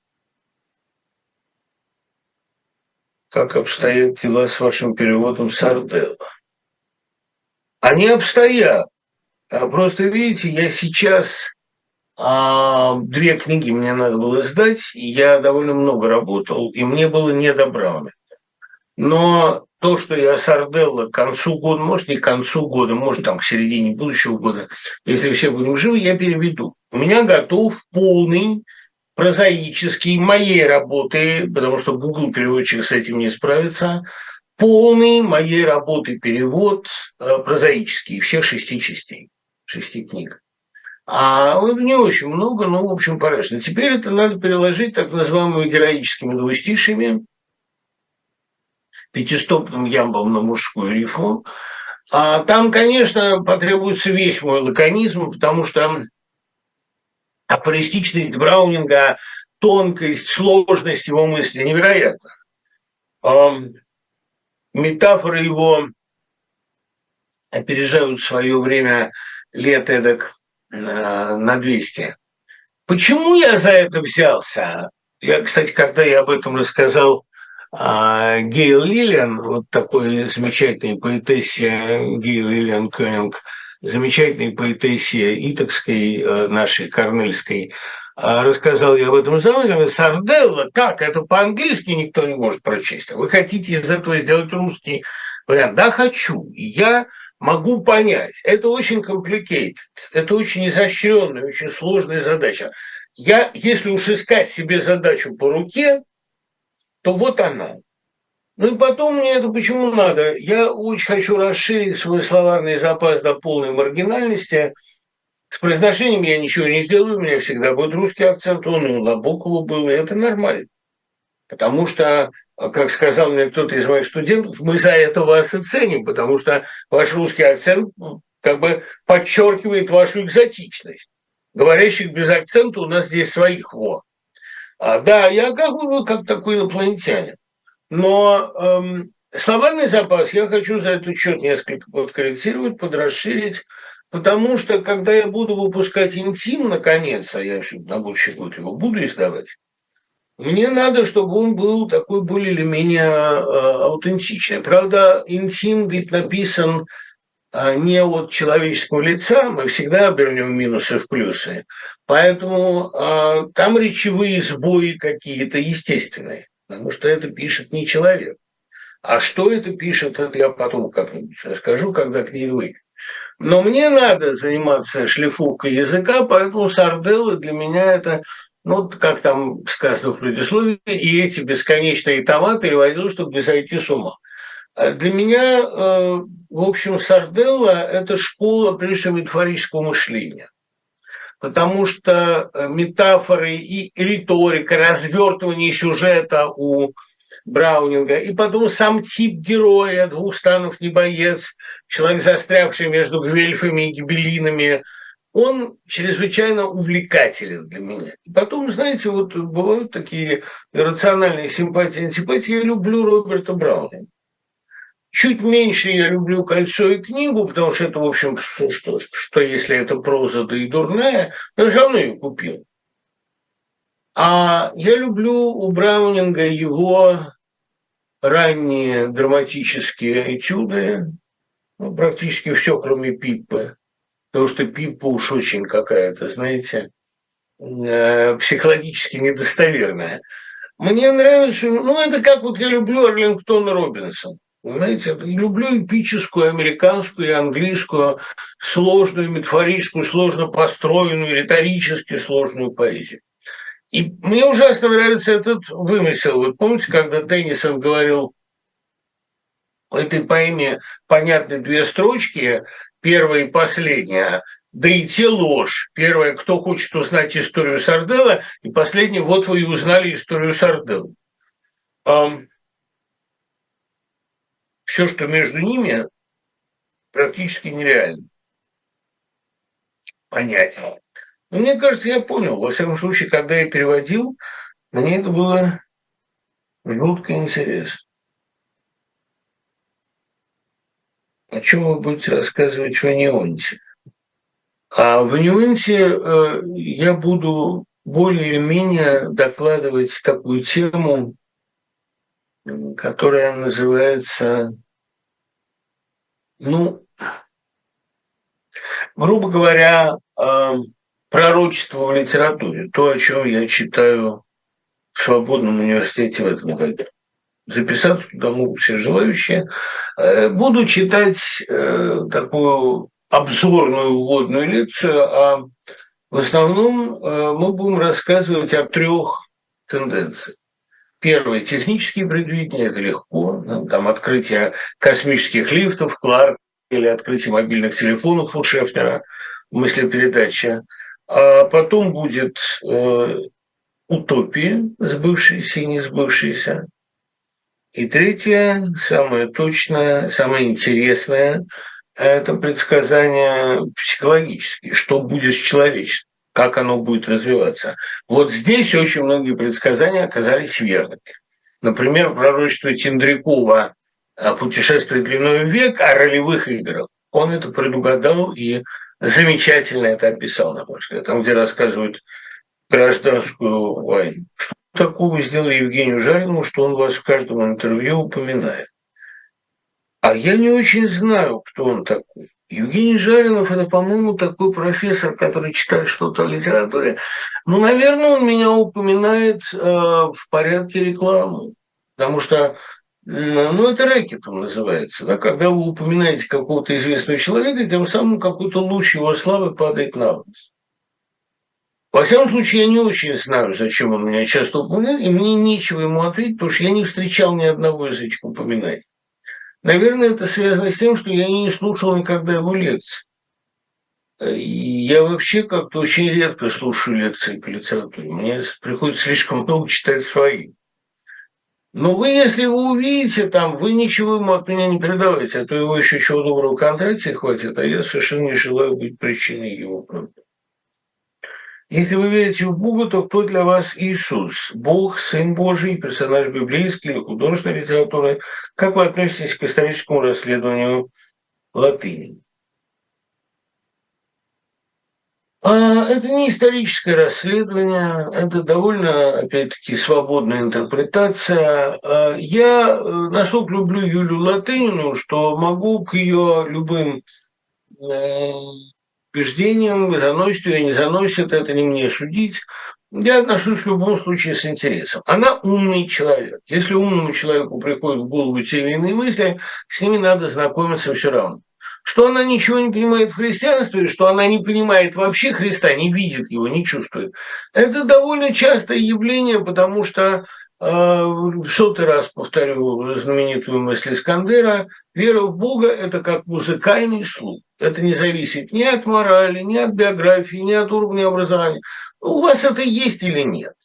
Как обстоят дела с вашим переводом Сарделла? Они обстоят. Просто, видите, я сейчас 2 книги мне надо было сдать, и я довольно много работал, и мне было не до Брауна. Но то, что я Сарделла к концу года, может, не к концу года, может, там к середине будущего года, если все будем живы, я переведу. У меня готов полный прозаический моей работы, потому что Google переводчик с этим не справится, полный моей работы перевод прозаический всех 6 частей, 6 книг. Не очень много, но, в общем, порядочно. Теперь это надо переложить так называемыми героическими двустишиями, 5-стопным ямбом на мужскую рифму. Там, конечно, потребуется весь мой лаконизм, потому что афористичность Браунинга, тонкость, сложность его мысли невероятна. Метафоры его опережают свое время лет эдак на 200. Почему я за это взялся? Я, кстати, когда я об этом рассказал Гейл Лилиан, вот такой замечательной поэтессе Гейл Лилиан Кёнинг, замечательной поэтессе итакской, нашей, корнельской, рассказал я об этом замысле. Сарделла, как? Это по-английски никто не может прочесть. А вы хотите из этого сделать русский вариант? Да, хочу. И я могу понять. Это очень complicated. Это очень изощренная, очень сложная задача. Если уж искать себе задачу по руке, то вот она. И потом мне это почему надо? Я очень хочу расширить свой словарный запас до полной маргинальности. С произношением я ничего не сделаю, у меня всегда будет русский акцент, он и у Набокова был, и это нормально. Потому что, как сказал мне кто-то из моих студентов, мы за это вас и ценим, потому что ваш русский акцент как бы подчеркивает вашу экзотичность. Говорящих без акцента у нас здесь своих Да, я как такой инопланетянин. Но словарный запас я хочу за этот счет несколько подкорректировать, подрасширить, потому что, когда я буду выпускать интим, наконец, а я на будущий год его буду издавать, мне надо, чтобы он был такой более или менее аутентичный. Правда, интим ведь написан не от человеческого лица, мы всегда обернем минусы в плюсы, поэтому там речевые сбои какие-то естественные, потому что это пишет не человек. А что это пишет, это я потом как-нибудь расскажу, когда книга выйдет. Но мне надо заниматься шлифовкой языка, поэтому сарделлы для меня это, ну, как там сказано в предисловии, и эти бесконечные тома переводил, чтобы не сойти с ума. Для меня, в общем, сарделла – это школа, прежде всего, метафорического мышления. Потому что метафоры и риторика, развертывание сюжета у Браунинга, и потом сам тип героя, двух станов не боец, человек, застрявший между гвельфами и гибелинами, он чрезвычайно увлекателен для меня. И потом, знаете, вот бывают такие иррациональные симпатии, антипатии. Я люблю Роберта Браунинга. Чуть меньше я люблю «Кольцо» и книгу, потому что это, в общем, что если это проза, да и дурная, но я все равно ее купил. А я люблю у Браунинга его ранние драматические этюды, ну, практически все, кроме Пиппы, потому что Пиппа уж очень какая-то, знаете, психологически недостоверная. Мне нравится, ну, это как вот я люблю Арлингтона Робинсона. Знаете, люблю эпическую американскую и английскую сложную, метафорическую, сложно построенную, риторически сложную поэзию. И мне ужасно нравится этот вымысел. Вот помните, когда Теннисон говорил, в этой поэме понятны две строчки, первая и последняя, да и те ложь. Первая, кто хочет узнать историю Сарделла, и последняя, вот вы и узнали историю Сарделла. Все, что между ними, практически нереально понять. Но мне кажется, я понял. Во всяком случае, когда я переводил, мне это было жутко интересно. О чем вы будете рассказывать в Анионте? А в Анионте я буду более или менее докладывать такую тему, которая называется, ну, грубо говоря, пророчество в литературе, то, о чем я читаю в свободном университете в этом году. Записаться туда могут все желающие. Буду читать такую обзорную вводную лекцию, а в основном мы будем рассказывать о трех тенденциях. Первое – технические предвидения, это легко, там открытие космических лифтов, Кларк, или открытие мобильных телефонов у Шефнера, мыслепередача. А потом будет утопии, сбывшиеся и не сбывшиеся. И третье, самое точное, самое интересное – это предсказания психологические, что будет с человечеством, как оно будет развиваться. Вот здесь очень многие предсказания оказались верными. Например, пророчество Тендрякова о путешествии длиной в век, о ролевых играх. Он это предугадал и замечательно это описал, на мой взгляд. Там, где рассказывают гражданскую войну. Что такого сделали Евгению Жариному, что он вас в каждом интервью упоминает? А я не очень знаю, кто он такой. Евгений Жаринов – это, по-моему, такой профессор, который читает что-то о литературе. Ну, наверное, он меня упоминает в порядке рекламы, потому что, ну, это рэкетом называется, да, когда вы упоминаете какого-то известного человека, тем самым какой-то луч его славы падает на вас. Во всяком случае, я не очень знаю, зачем он меня часто упоминает, и мне нечего ему ответить, потому что я не встречал ни одного из этих упоминаний. Наверное, это связано с тем, что я не слушал никогда его лекций. И я вообще как-то очень редко слушаю лекции по литературе. Мне приходится слишком много читать свои. Но вы, если его увидите там, вы ничего ему от меня не передавайте, а то его еще чего доброго Кондратия хватит, а я совершенно не желаю быть причиной его проблем. Если вы верите в Бога, то кто для вас Иисус? Бог, Сын Божий, персонаж библейский или художественной литературы? Как вы относитесь к историческому расследованию латыни? Это не историческое расследование, это довольно, опять-таки, свободная интерпретация. Я настолько люблю Юлию Латынину, что могу к ее любым убеждениям, заносит ее, не заносит, это не мне судить. Я отношусь в любом случае с интересом. Она умный человек. Если умному человеку приходят в голову те или иные мысли, с ними надо знакомиться все равно. что она ничего не понимает в христианстве, что она не понимает вообще Христа, не видит его, не чувствует. Это довольно частое явление, потому что, в сотый раз повторю знаменитую мысль Искандера, вера в Бога – это как музыкальный слух. Это не зависит ни от морали, ни от биографии, ни от уровня образования. У вас это есть или нет?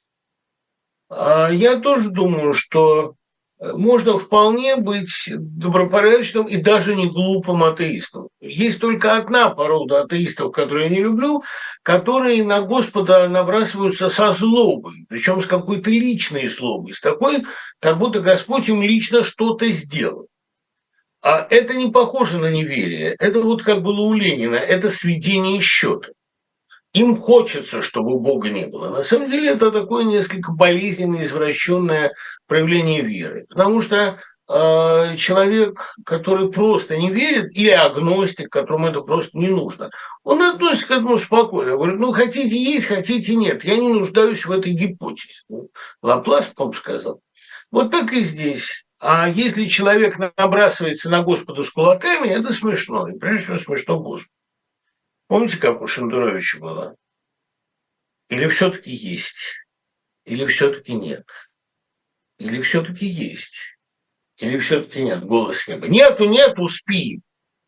Я тоже думаю, что можно вполне быть добропорядочным и даже не глупым атеистом. Есть только одна порода атеистов, которую я не люблю, которые на Господа набрасываются со злобой, причем с какой-то личной злобой, с такой, как будто Господь им лично что-то сделал. А это не похоже на неверие, это вот как было у Ленина, это сведение счета. Им хочется, чтобы Бога не было. На самом деле это такое несколько болезненное, извращенное проявление веры. Потому что человек, который просто не верит, или агностик, которому это просто не нужно, он относится к этому спокойно. Говорит, ну, хотите есть, хотите нет. Я не нуждаюсь в этой гипотезе. Лаплас, по-моему, сказал. Вот так и здесь. А если человек набрасывается на Господа с кулаками, это смешно. И прежде всего смешно Господу. Помните, как у Шендеровича было? Или все-таки есть, или все-таки нет, или все-таки есть, или все-таки нет, голос с неба. Нету, нету, спи.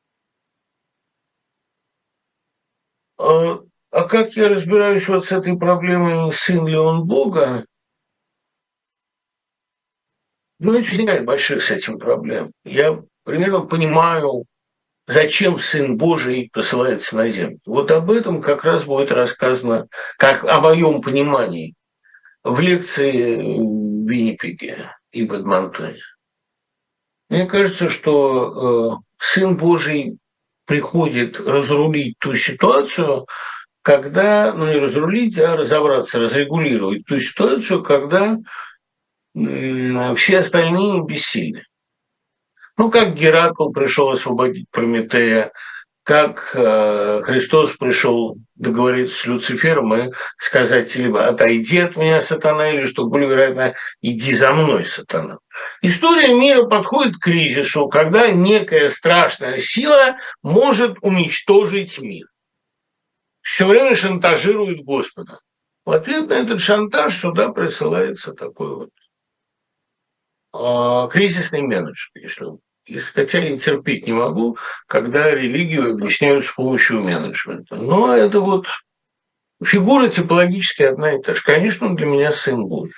А как я разбираюсь вот с этой проблемой, сын ли он Бога? Ну, нет больших с этим проблем. Я примерно понимаю, зачем Сын Божий посылается на землю. Вот об этом как раз будет рассказано, как о моем понимании, в лекции в Виннипеге и в Эдмонтоне. Мне кажется, что Сын Божий приходит разрулить ту ситуацию, когда, ну не разрулить, а разобраться, разрегулировать ту ситуацию, когда все остальные бессильны. Ну, как Геракл пришел освободить Прометея, как Христос пришел договориться с Люцифером и сказать либо «отойди от меня, сатана», или, что более вероятно, «иди за мной, сатана». История мира подходит к кризису, когда некая страшная сила может уничтожить мир. Все время шантажирует Господа. В ответ на этот шантаж сюда присылается такой вот кризисный менеджер, если он. Хотя я терпеть не могу, когда религию объясняют с помощью менеджмента. Но это вот фигура типологически одна и та же. Конечно, он для меня сын Божий.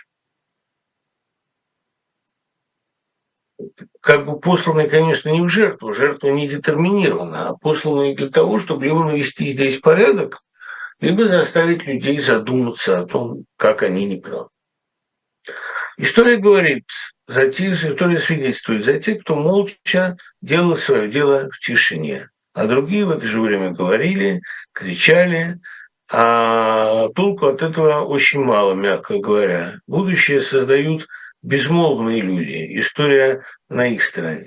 Как бы посланный, конечно, не в жертву, жертва не детерминирована, а посланный для того, чтобы либо навести здесь порядок, либо заставить людей задуматься о том, как они неправы. История говорит, история свидетельствует за тех, кто молча делал свое дело в тишине, а другие в это же время говорили, кричали, а толку от этого очень мало, мягко говоря. Будущее создают безмолвные люди, история на их стороне.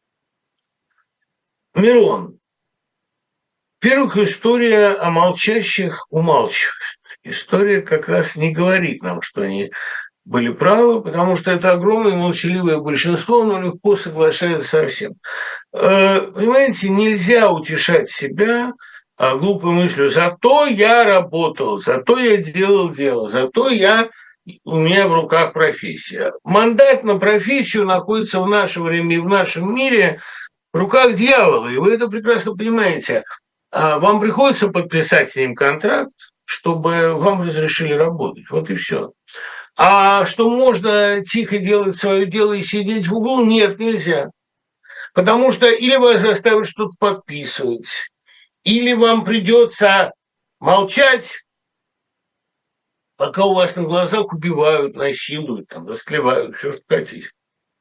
Мирон. Во-первых, история о молчащих умалчивает. История как раз не говорит нам, что они были правы, потому что это огромное молчаливое большинство, но легко соглашается со всем. Понимаете, нельзя утешать себя глупой мыслью: зато я работал, зато я делал дело, зато у меня в руках профессия. Мандат на профессию находится в наше время и в нашем мире в руках дьявола, и вы это прекрасно понимаете. Вам приходится подписать с ним контракт, чтобы вам разрешили работать. Вот и все. А что можно тихо делать свое дело и сидеть в углу? Нет, нельзя. Потому что или вас заставят что-то подписывать, или вам придется молчать, пока у вас на глазах убивают, насилуют, там, растлевают, все, что хотите.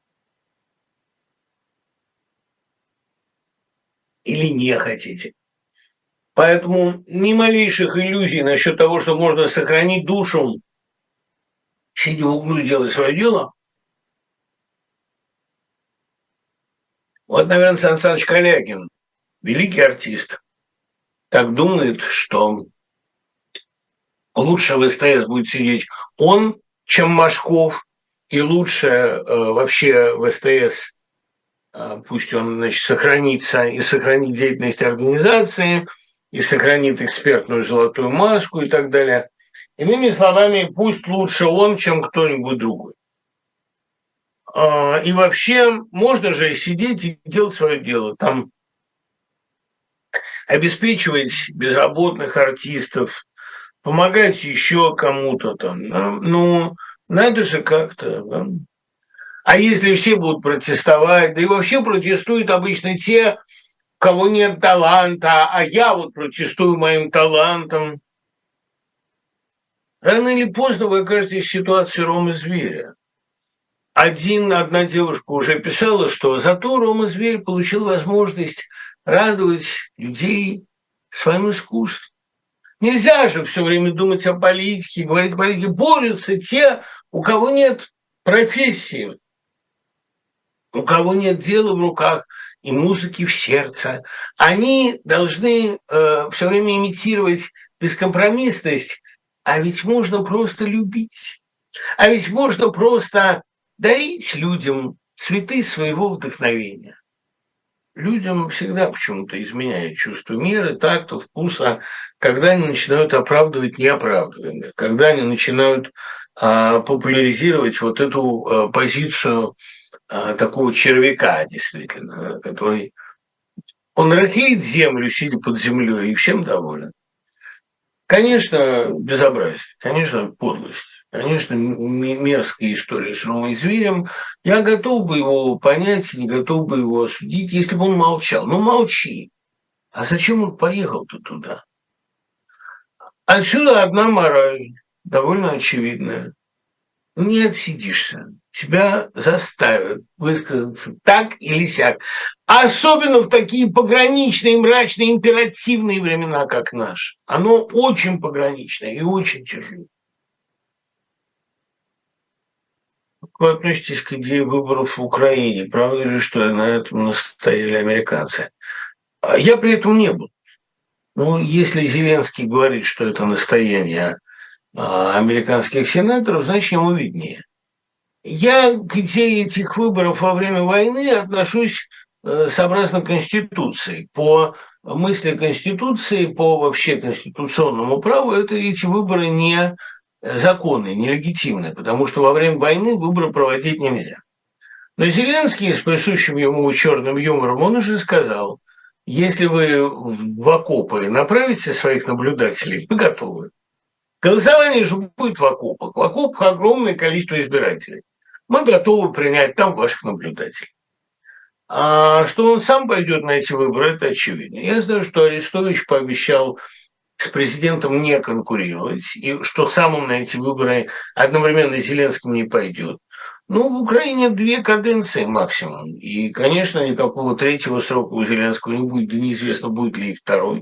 Или не хотите. Поэтому ни малейших иллюзий насчет того, что можно сохранить душу, сидя в углу и делая свое дело. Вот, наверное, Сан Саныч Калягин, великий артист, так думает, что лучше в СТС будет сидеть он, чем Машков, и лучше вообще в СТС пусть он, значит, сохранится и сохранит деятельность организации, и сохранит экспертную золотую маску и так далее. Иными словами, пусть лучше он, чем кто-нибудь другой. И вообще можно же сидеть и делать свое дело, там обеспечивать безработных артистов, помогать еще кому-то там. Да? Ну, надо же как-то. Да? А если все будут протестовать, да и вообще протестуют обычно те, у кого нет таланта, а я вот протестую моим талантом. Рано или поздно вы окажетесь в ситуации Ромы Зверя. Одна девушка уже писала, что зато Рома Зверь получил возможность радовать людей своим искусством. Нельзя же все время думать о политике, говорить о политике. Борются те, у кого нет профессии, у кого нет дела в руках и музыки в сердце. Они должны все время имитировать бескомпромиссность, а ведь можно просто любить. А ведь можно просто дарить людям цветы своего вдохновения. Людям всегда почему-то изменяет чувство меры, такта, вкуса, когда они начинают оправдывать неоправдываемое, когда они начинают популяризировать вот эту позицию такого червяка, действительно, который он рыхлит землю, сидя под землей, и всем доволен. Конечно, безобразие, конечно, подлость, конечно, мерзкая история с Ромой Зверем. Я готов бы его понять, не готов бы его осудить, если бы он молчал. Ну, молчи. А зачем он поехал-то туда? Отсюда одна мораль, довольно очевидная. Не отсидишься. Тебя заставят высказаться так или сяк. Особенно в такие пограничные, мрачные, императивные времена, как наши. Оно очень пограничное и очень тяжело. Как вы относитесь к идее выборов в Украине? Правда ли, что на этом настояли американцы? Я при этом не был. Ну, если Зеленский говорит, что это настояние американских сенаторов, значит, ему виднее. Я к идее этих выборов во время войны отношусь сообразно Конституции. По мысли Конституции, по вообще конституционному праву, эти выборы не законные, нелегитимные, потому что во время войны выборы проводить нельзя. Но Зеленский с присущим ему черным юмором, он уже сказал, если вы в окопы направите своих наблюдателей, вы готовы. Голосование же будет в окопах. В окопах огромное количество избирателей. Мы готовы принять там ваших наблюдателей. А что он сам пойдет на эти выборы, это очевидно. Я знаю, что Арестович пообещал с президентом не конкурировать, и что сам он на эти выборы одновременно с Зеленским не пойдет. Ну, в Украине 2 каденции максимум. И, конечно, никакого третьего срока у Зеленского не будет, да неизвестно, будет ли и второй.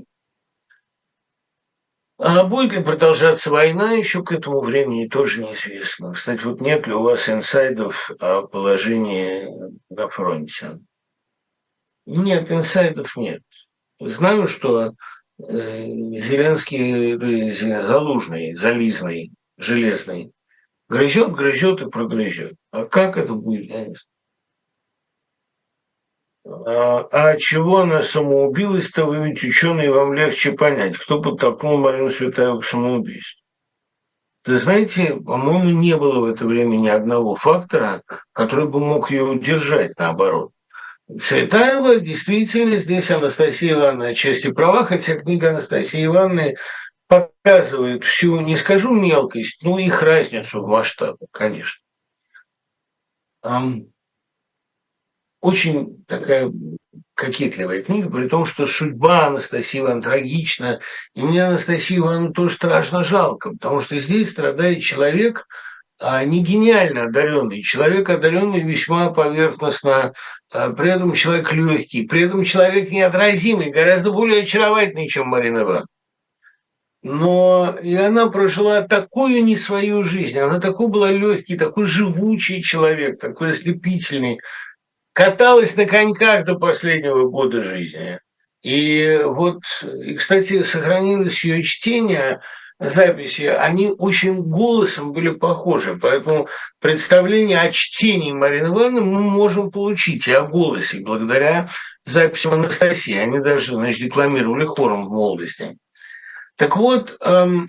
А будет ли продолжаться война, еще к этому времени тоже неизвестно. Кстати, вот нет ли у вас инсайдов о положении на фронте? Нет, инсайдов нет. Знаю, что Зеленский, Залужный, Зализный, Железный, грызет и прогрызет. А как это будет, я не знаю. А чего она самоубилась-то, вы ведь ученые, вам легче понять, кто подтолкнул Марину Цветаеву к самоубийству. Вы знаете, по-моему, не было в это время ни одного фактора, который бы мог ее удержать, наоборот. Цветаева действительно, здесь Анастасия Ивановна отчасти права, хотя книга Анастасии Ивановны показывает всю, не скажу мелкость, но их разницу в масштабе, конечно. Очень такая кокетливая книга, при том, что судьба Анастасии Ивановны трагична, и мне Анастасию Ивановну тоже страшно жалко, потому что здесь страдает человек, не гениально одаренный, человек, одаренный весьма поверхностно, при этом человек легкий, при этом человек неотразимый, гораздо более очаровательный, чем Марина Ивановна. Но и она прожила такую не свою жизнь, она такой была легкий, такой живучий человек, такой ослепительный, каталась на коньках до последнего года жизни. И вот, и, кстати, сохранилось ее чтение. записи, они очень голосом были похожи, поэтому представление о чтении Марины Ивановны мы можем получить и о голосе, благодаря записям Анастасии. Они даже, значит, декламировали хором в молодости. Так вот,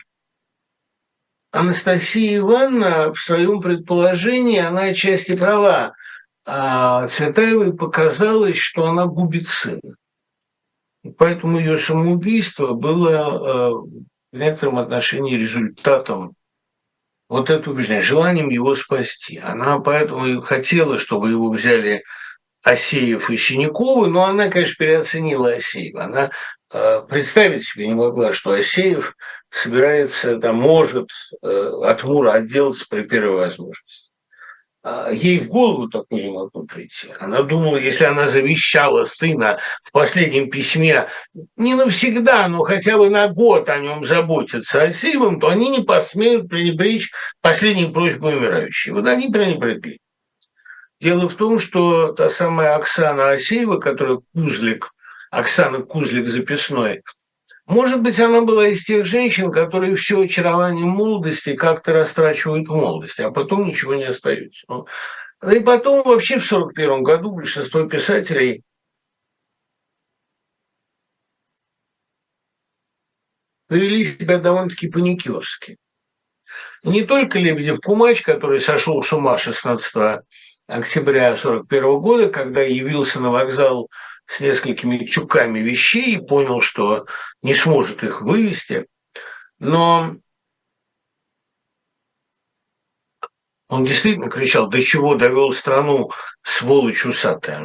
Анастасия Ивановна в своем предположении, она отчасти права. Цветаевой показалось, что она губит сына. И поэтому ее самоубийство было в некотором отношении результатом вот этого убеждения, желанием его спасти. Она поэтому и хотела, чтобы его взяли Асеев и Синяковы, но она, конечно, переоценила Асеева. Она представить себе не могла, что Асеев собирается, да, может от Мура отделаться при первой возможности. Ей в голову такое не могло прийти. Она думала, если она завещала сына в последнем письме не навсегда, но хотя бы на год о нем заботиться Асеевым, то они не посмеют пренебречь последней просьбой умирающей. Вот они пренебрегли. Дело в том, что та самая Оксана Асеева, которая Кузлик, Оксана Кузлик записной, может быть, она была из тех женщин, которые все очарование молодости как-то растрачивают в молодости, а потом ничего не остается. Да и потом вообще в 1941 году большинство писателей повели себя довольно-таки паникерски. Не только Лебедев-Кумач, который сошел с ума 16 октября 1941 года, когда явился на вокзал с несколькими тюками вещей и понял, что не сможет их вывести, но он действительно кричал: «До чего довел страну, сволочь усатая!»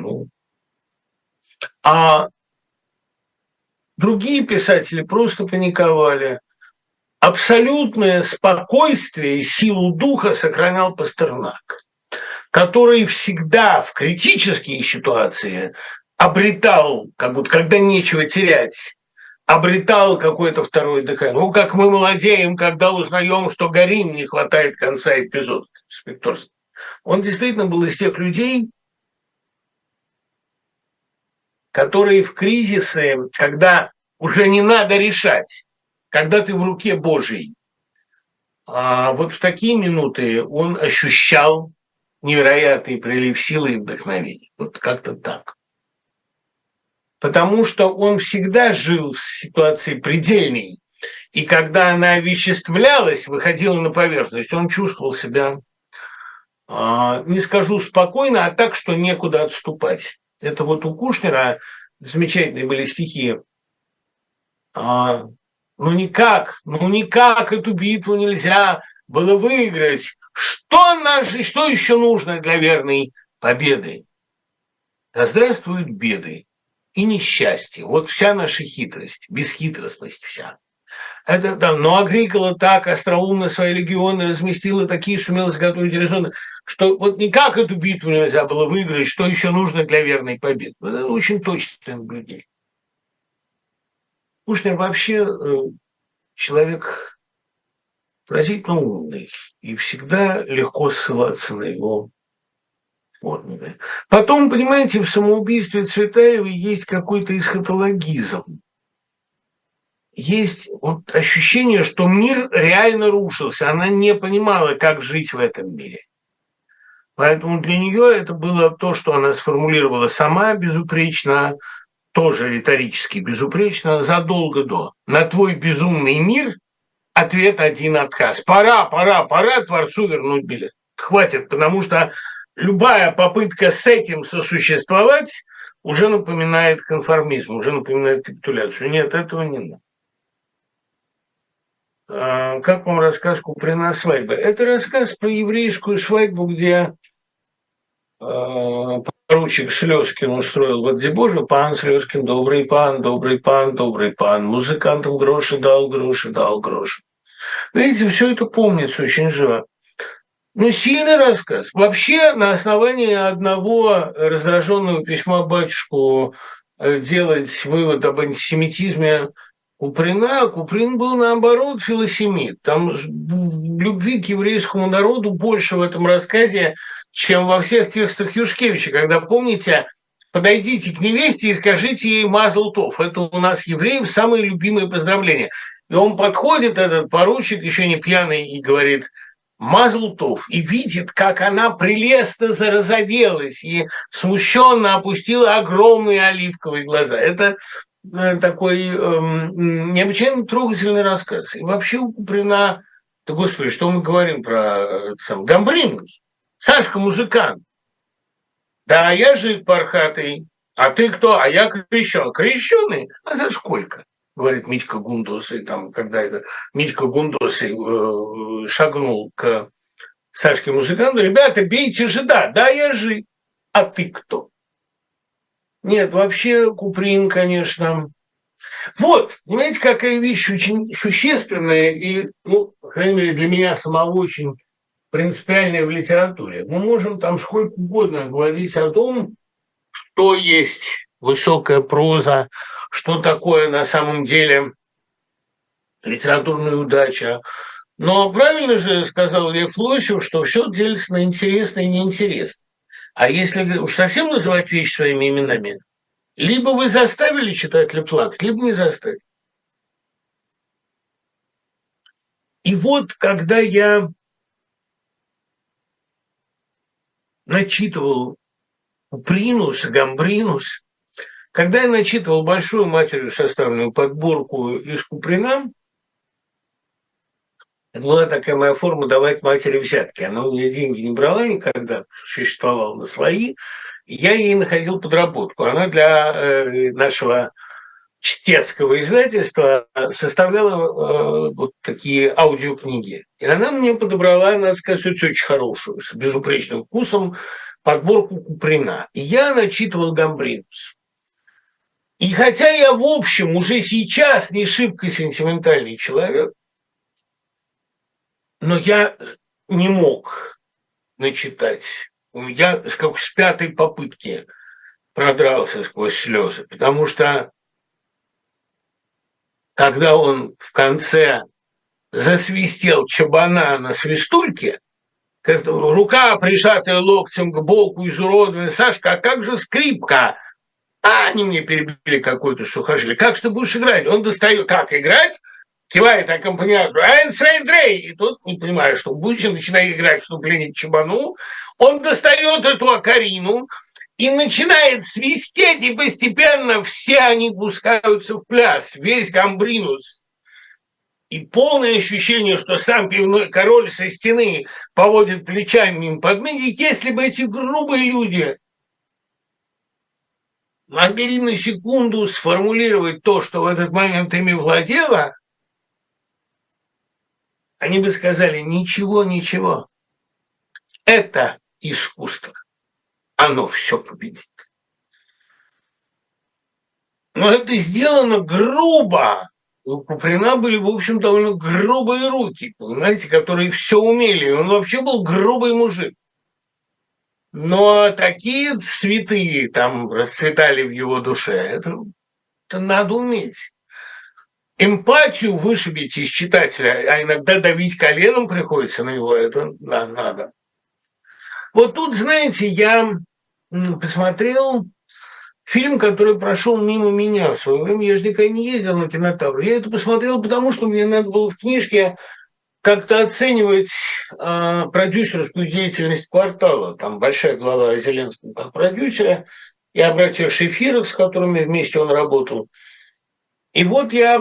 А другие писатели просто паниковали. Абсолютное спокойствие и силу духа сохранял Пастернак, который всегда в критические ситуации обретал, как будто когда нечего терять, обретал какое-то второе дыхание. Как мы молодеем, когда узнаем, что горим, не хватает конца эпизода. Он действительно был из тех людей, которые в кризисы, когда уже не надо решать, когда ты в руке Божьей, вот в такие минуты он ощущал невероятный прилив силы и вдохновения. Вот как-то так. Потому что он всегда жил в ситуации предельной, и когда она овеществлялась, выходила на поверхность, он чувствовал себя, не скажу спокойно, а так, что некуда отступать. Это вот у Кушнера замечательные были стихи. Никак эту битву нельзя было выиграть. Что еще нужно для верной победы? Да здравствуют беды и несчастье. Вот вся наша хитрость, бесхитростность вся. Это да, но Агрикола так остроумно свои легионы разместила, такие сумела заготовить горизонты, что вот никак эту битву нельзя было выиграть, что еще нужно для верной победы. Это очень точное наблюдение. Кушнер вообще человек поразительно умный, и всегда легко ссылаться на его формулы. Потом, понимаете, в самоубийстве Цветаевой есть какой-то эсхатологизм. Есть вот ощущение, что мир реально рушился, она не понимала, как жить в этом мире. Поэтому для нее это было то, что она сформулировала сама безупречно, тоже риторически безупречно, задолго до. На твой безумный мир ответ один: отказ. Пора Творцу вернуть билет. Хватит, потому что любая попытка с этим сосуществовать уже напоминает конформизм, уже напоминает капитуляцию. Нет, этого не надо. Как вам рассказ Куприна «Свадьба»? Это рассказ про еврейскую свадьбу, где поручик Слезкин устроил в Боже, пан Слезкин, добрый пан, добрый пан, добрый пан, музыкантам гроши дал, гроши дал, гроши. Видите, все это помнится очень живо. Сильный рассказ. Вообще, на основании одного раздраженного письма батюшку делать вывод об антисемитизме Куприна, Куприн был, наоборот, филосемит. Там любви к еврейскому народу больше в этом рассказе, чем во всех текстах Юшкевича. Когда, помните, подойдите к невесте и скажите ей «Мазл тов». Это у нас, евреев, самое любимое поздравление. И он подходит, этот поручик, еще не пьяный, и говорит: «Мазл тов», и видит, как она прелестно зарозовелась и смущенно опустила огромные оливковые глаза. Это такой необычайно трогательный рассказ. И вообще у Куприна, да господи, что мы говорим про Гамбринус, Сашка музыкант. Да, я жид пархатый. А ты кто? А я крещен. Крещеный? А за сколько? Говорит Митька Гундосый, там, когда это Митька Гундосый шагнул к Сашке музыканту: ребята, бейте жида. Да, я жид. А ты кто? Нет, вообще Куприн, конечно. Вот, понимаете, какая вещь очень существенная и, ну, по крайней мере, для меня самого очень принципиальная в литературе. Мы можем там сколько угодно говорить о том, что есть высокая проза, что такое на самом деле литературная удача. Но правильно же сказал Лев Лосев, что все делится на интересное и неинтересное. А если уж совсем называть вещи своими именами, либо вы заставили читателя плакать, либо не заставили. И вот когда я начитывал Купринус, Гамбринус, когда я начитывал большую матерью составленную подборку из Куприна, это была такая моя форма давать матери взятки. Она у меня деньги не брала никогда, существовала на свои. Я ей находил подработку. Она для нашего чтецкого издательства составляла вот такие аудиокниги. И она мне подобрала, надо сказать, очень хорошую, с безупречным вкусом, подборку Куприна. И я начитывал Гамбринус. И хотя я, в общем, уже сейчас не шибко сентиментальный человек, но я не мог начитать. Я как с пятой попытки продрался сквозь слезы, потому что когда он в конце засвистел чабана на свистульке, рука, прижатая локтем к боку, изуродованная: «Сашка, а как же скрипка?» А они мне перебили какой-то сухожилие. «Как же ты будешь играть?» Он достает: «Как играть?» Кивает аккомпаниатору: «Эйнсрейн Дрей!» И тот, не понимая, что будет, начинает играть вступление к чабану. Он достает эту окарину и начинает свистеть, и постепенно все они пускаются в пляс, весь Гамбринус. И полное ощущение, что сам пивной король со стены поводит плечами, им подмигивает. Если бы эти грубые люди могли на секунду сформулировать то, что в этот момент ими владело, они бы сказали: ничего, ничего, это искусство, оно все победит. Но это сделано грубо. У Куприна были, в общем, довольно грубые руки, понимаете, которые все умели. Он вообще был грубый мужик. Но такие цветы там расцветали в его душе. Это надо уметь. Эмпатию вышибить из читателя, а иногда давить коленом приходится на него, это надо. Вот тут, знаете, я посмотрел фильм, который прошел мимо меня в свое время. Я же никогда не ездил на кинотавр. Я это посмотрел, потому что мне надо было в книжке как-то оценивать продюсерскую деятельность «Квартала». Там большая глава о Зеленском как продюсера и о братьях Шефирах, с которыми вместе он работал. И вот я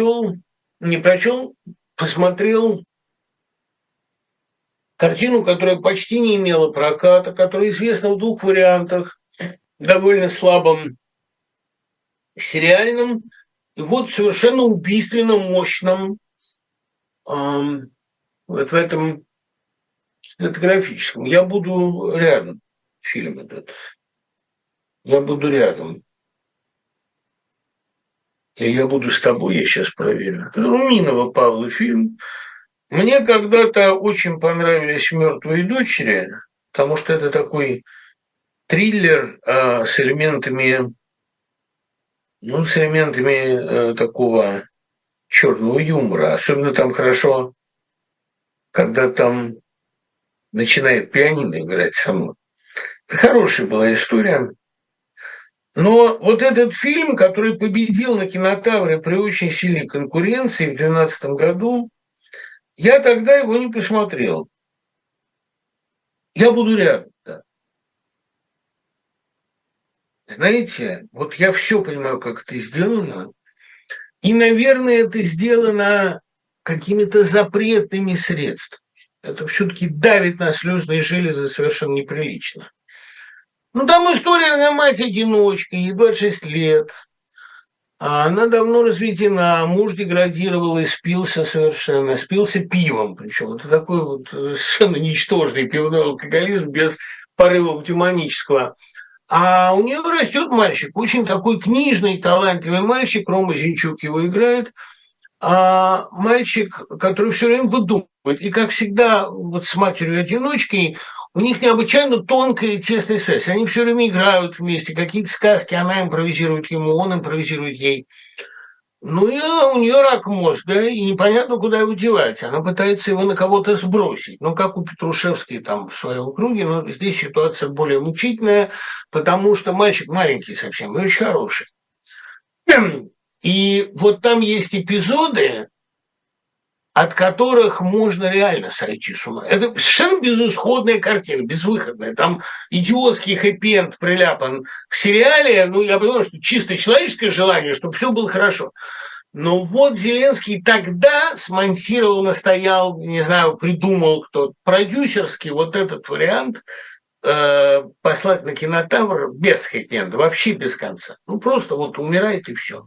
посмотрел картину, которая почти не имела проката, которая известна в двух вариантах, довольно слабом сериальном, и вот совершенно убийственно мощном вот в этом кинематографическом. Я буду рядом, фильм этот. Я буду рядом. И я буду с тобой, я сейчас проверю. Это Руминова Павла фильм. Мне когда-то очень понравились «Мертвые дочери», потому что это такой триллер с элементами такого черного юмора. Особенно там хорошо, когда там начинает пианино играть само. Это хорошая была история. Но вот этот фильм, который победил на Кинотавре при очень сильной конкуренции в 2012 году, я тогда его не посмотрел. Я буду рядом, да. Знаете, вот я все понимаю, как это сделано, и, наверное, это сделано какими-то запретными средствами. Это все-таки давит на слезные железы совершенно неприлично. Ну, там история на мать-одиночка, ей 26 лет, а она давно разведена, муж деградировал и спился совершенно, спился пивом, причем это такой вот совершенно ничтожный пивной алкоголизм без порыва демонического. А у нее растет мальчик, очень такой книжный, талантливый мальчик, Рома Зинчук его играет, а мальчик, который все время выдумывает. И, как всегда, вот с матерью-одиночкой у них необычайно тонкая и тесная связь. Они все время играют вместе, какие-то сказки, она импровизирует ему, он импровизирует ей. Ну и у нее рак мозга, и непонятно, куда его девать. Она пытается его на кого-то сбросить. Ну, как у Петрушевской там в своем круге, но здесь ситуация более мучительная, потому что мальчик маленький совсем и очень хороший. И вот там есть эпизоды, от которых можно реально сойти с ума. Это совершенно безысходная картина, безвыходная. Там идиотский хэппи-энд приляпан в сериале. Ну, я понимаю, что чисто человеческое желание, чтобы все было хорошо. Но вот Зеленский тогда смонтировал, настоял, не знаю, придумал кто, продюсерский вот этот вариант послать на Кинотавр без хэппи-энда, вообще без конца. Ну, просто вот умирает и все.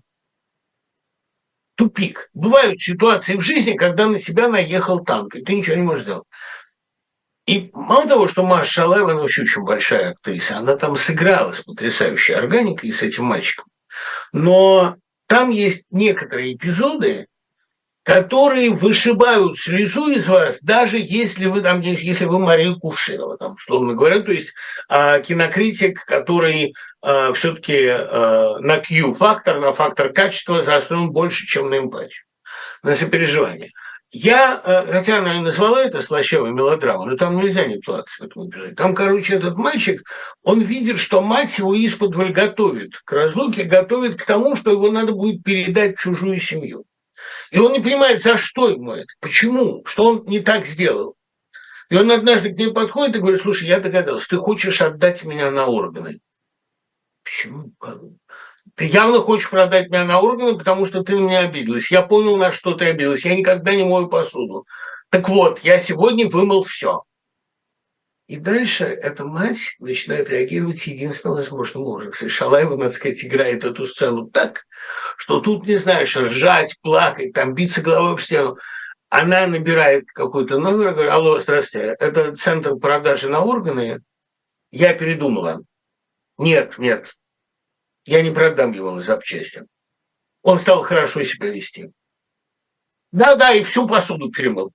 Тупик. Бывают ситуации в жизни, когда на тебя наехал танк, и ты ничего не можешь сделать. И мало того, что Маша Шалаева, она вообще очень большая актриса, она там сыграла с потрясающей органикой с этим мальчиком. Но там есть некоторые эпизоды, которые вышибают слезу из вас, даже если вы там, если вы Мария Кувшинова, там, условно говоря, то есть кинокритик, который все-таки на Q-фактор, на фактор качества заострен больше, чем на эмпатию, на сопереживание. Я, хотя она и назвала это слащавой мелодрамой, но там нельзя не плакать в этом эпизоде. Там, короче, этот мальчик, он видит, что мать его исподволь готовит к разлуке, готовит к тому, что его надо будет передать в чужую семью. И он не понимает, за что ему это, почему, что он не так сделал. И он однажды к ней подходит и говорит: слушай, я догадался, ты хочешь отдать меня на органы. Почему? Ты явно хочешь продать меня на органы, потому что ты на меня обиделась. Я понял, на что ты обиделась. Я никогда не мою посуду. Так вот, я сегодня вымыл все. И дальше эта мать начинает реагировать единственным возможным образом. Шалаева, надо сказать, играет эту сцену так, что тут не знаешь, ржать, плакать, там, биться головой об стену. Она набирает какой-то номер, говорит: алло, здравствуйте, это центр продажи на органы? Я передумала. Нет, нет, я не продам его на запчасти. Он стал хорошо себя вести. Да-да, и всю посуду перемыл.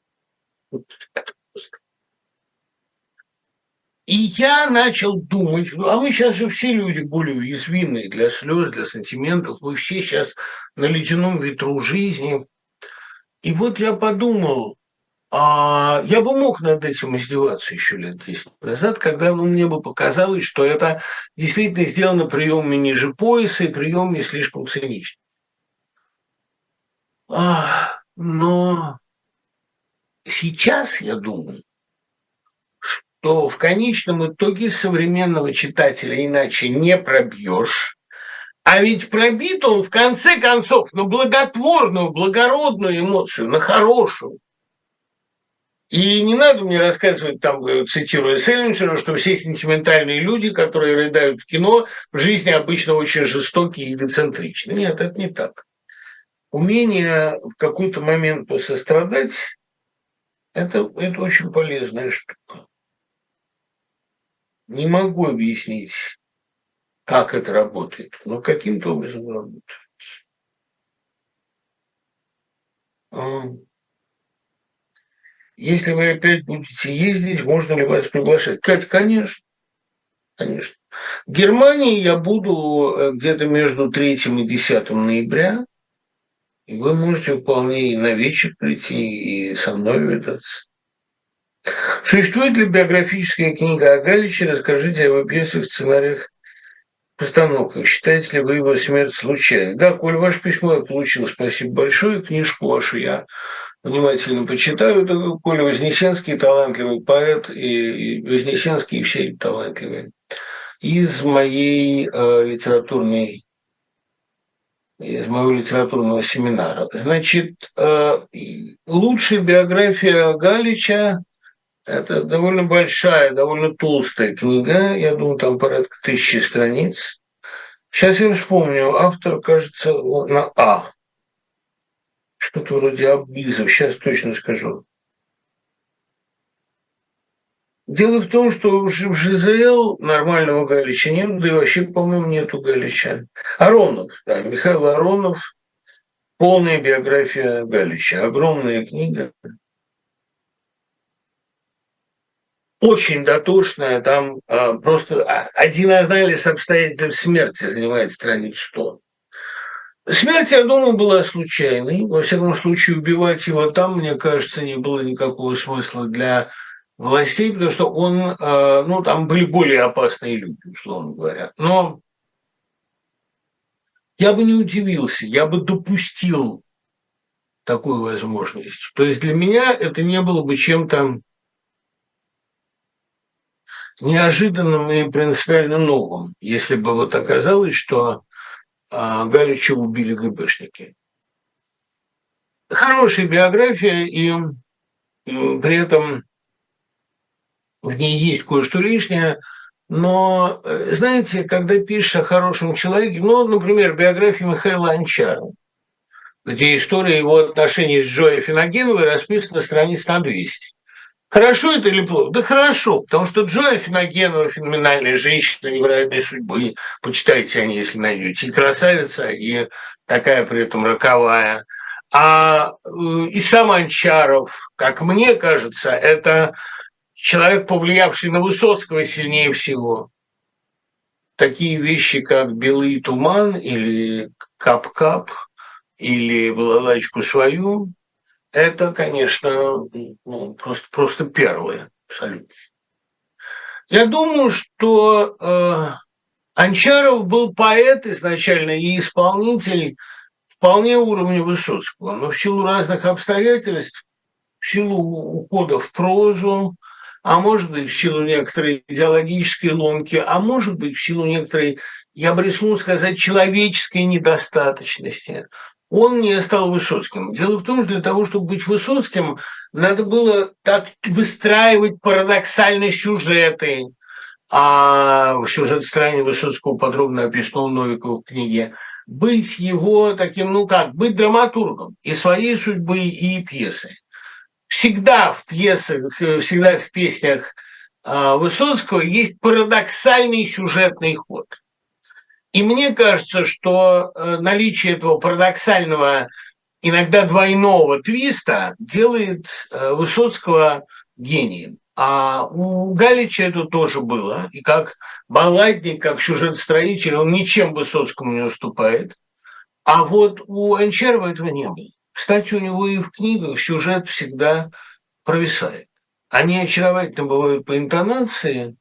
И я начал думать, а мы сейчас же все люди более уязвимые для слез, для сантиментов, мы все сейчас на ледяном ветру жизни. И вот я подумал, я бы мог над этим издеваться еще лет 10 назад, когда мне бы показалось, что это действительно сделано приемами ниже пояса и приемами слишком циничными. Но сейчас я думаю, то в конечном итоге современного читателя иначе не пробьешь. А ведь пробит он, в конце концов, на благотворную, благородную эмоцию, на хорошую. И не надо мне рассказывать, там, цитируя Селлинджера, что все сентиментальные люди, которые рыдают в кино, в жизни обычно очень жестокие и эгоцентричны. Нет, это не так. Умение в какой-то момент посострадать – это очень полезная штука. Не могу объяснить, как это работает, но каким-то образом работает. Если вы опять будете ездить, можно ли вас приглашать? Кать, конечно, конечно. В Германии я буду где-то между 3 и 10 ноября, и вы можете вполне и на вечер прийти, и со мной увидаться. Существует ли биографическая книга о Галиче? Расскажите о его пьесах, сценариях Постановка. Считаете ли вы его смерть случайной? Да, коль ваше письмо я получил, спасибо большое. Книжку вашу я внимательно почитаю. Это Коля Вознесенский, талантливый поэт, и Вознесенский, и все талантливые. Из моего литературного семинара. Значит, лучшая биография Галича – это довольно большая, довольно толстая книга. Я думаю, там порядка 1000 страниц. Сейчас я вспомню. Автор, кажется, на А. Что-то вроде Аббизов. Сейчас точно скажу. Дело в том, что в ЖЗЛ нормального Галича нет, да и вообще, по-моему, нету Галича. Аронов, да, Михаил Аронов, полная биография Галича, огромная книга, очень дотошная, там просто один анализ обстоятельств смерти занимает страниц 100. Смерть, я думаю, была случайной. Во всяком случае, убивать его там, мне кажется, не было никакого смысла для властей, потому что он, там были более опасные люди, условно говоря. Но я бы не удивился, я бы допустил такую возможность. То есть для меня это не было бы чем-то неожиданным и принципиально новым, если бы вот оказалось, что Галича убили ГБшники. Хорошая биография, и при этом в ней есть кое-что лишнее, но, знаете, когда пишешь о хорошем человеке, например, биография Михаила Анчарова, где история его отношений с Джой Финогеновой расписана страниц на 200. Хорошо это или плохо? Да хорошо, потому что Джоя Финогенова – феноменальная женщина невероятной судьбы. Почитайте о ней, если найдете. И красавица, и такая при этом роковая. И сам Анчаров, как мне кажется, это человек, повлиявший на Высоцкого сильнее всего. Такие вещи, как «Белый туман» или «Кап-кап», или «Балалайку свою», это, конечно, просто первые абсолютно. Я думаю, что Анчаров был поэт изначально и исполнитель вполне уровня Высоцкого, но в силу разных обстоятельств, в силу ухода в прозу, а может быть, в силу некоторой идеологической ломки, а может быть, в силу некоторой, я бы рискнул сказать, человеческой недостаточности, он не стал Высоцким. Дело в том, что для того, чтобы быть Высоцким, надо было так выстраивать парадоксальные сюжеты. А сюжет строения Высоцкого подробно описан в Новиковой в книге. Быть его таким, быть драматургом и своей судьбы, и пьесы. Всегда в пьесах, всегда в песнях Высоцкого есть парадоксальный сюжетный ход. И мне кажется, что наличие этого парадоксального, иногда двойного твиста делает Высоцкого гением. А у Галича это тоже было. И как балладник, как сюжетостроитель, он ничем Высоцкому не уступает. А вот у Анчарова этого не было. Кстати, у него и в книгах сюжет всегда провисает. Они очаровательно бывают по интонации,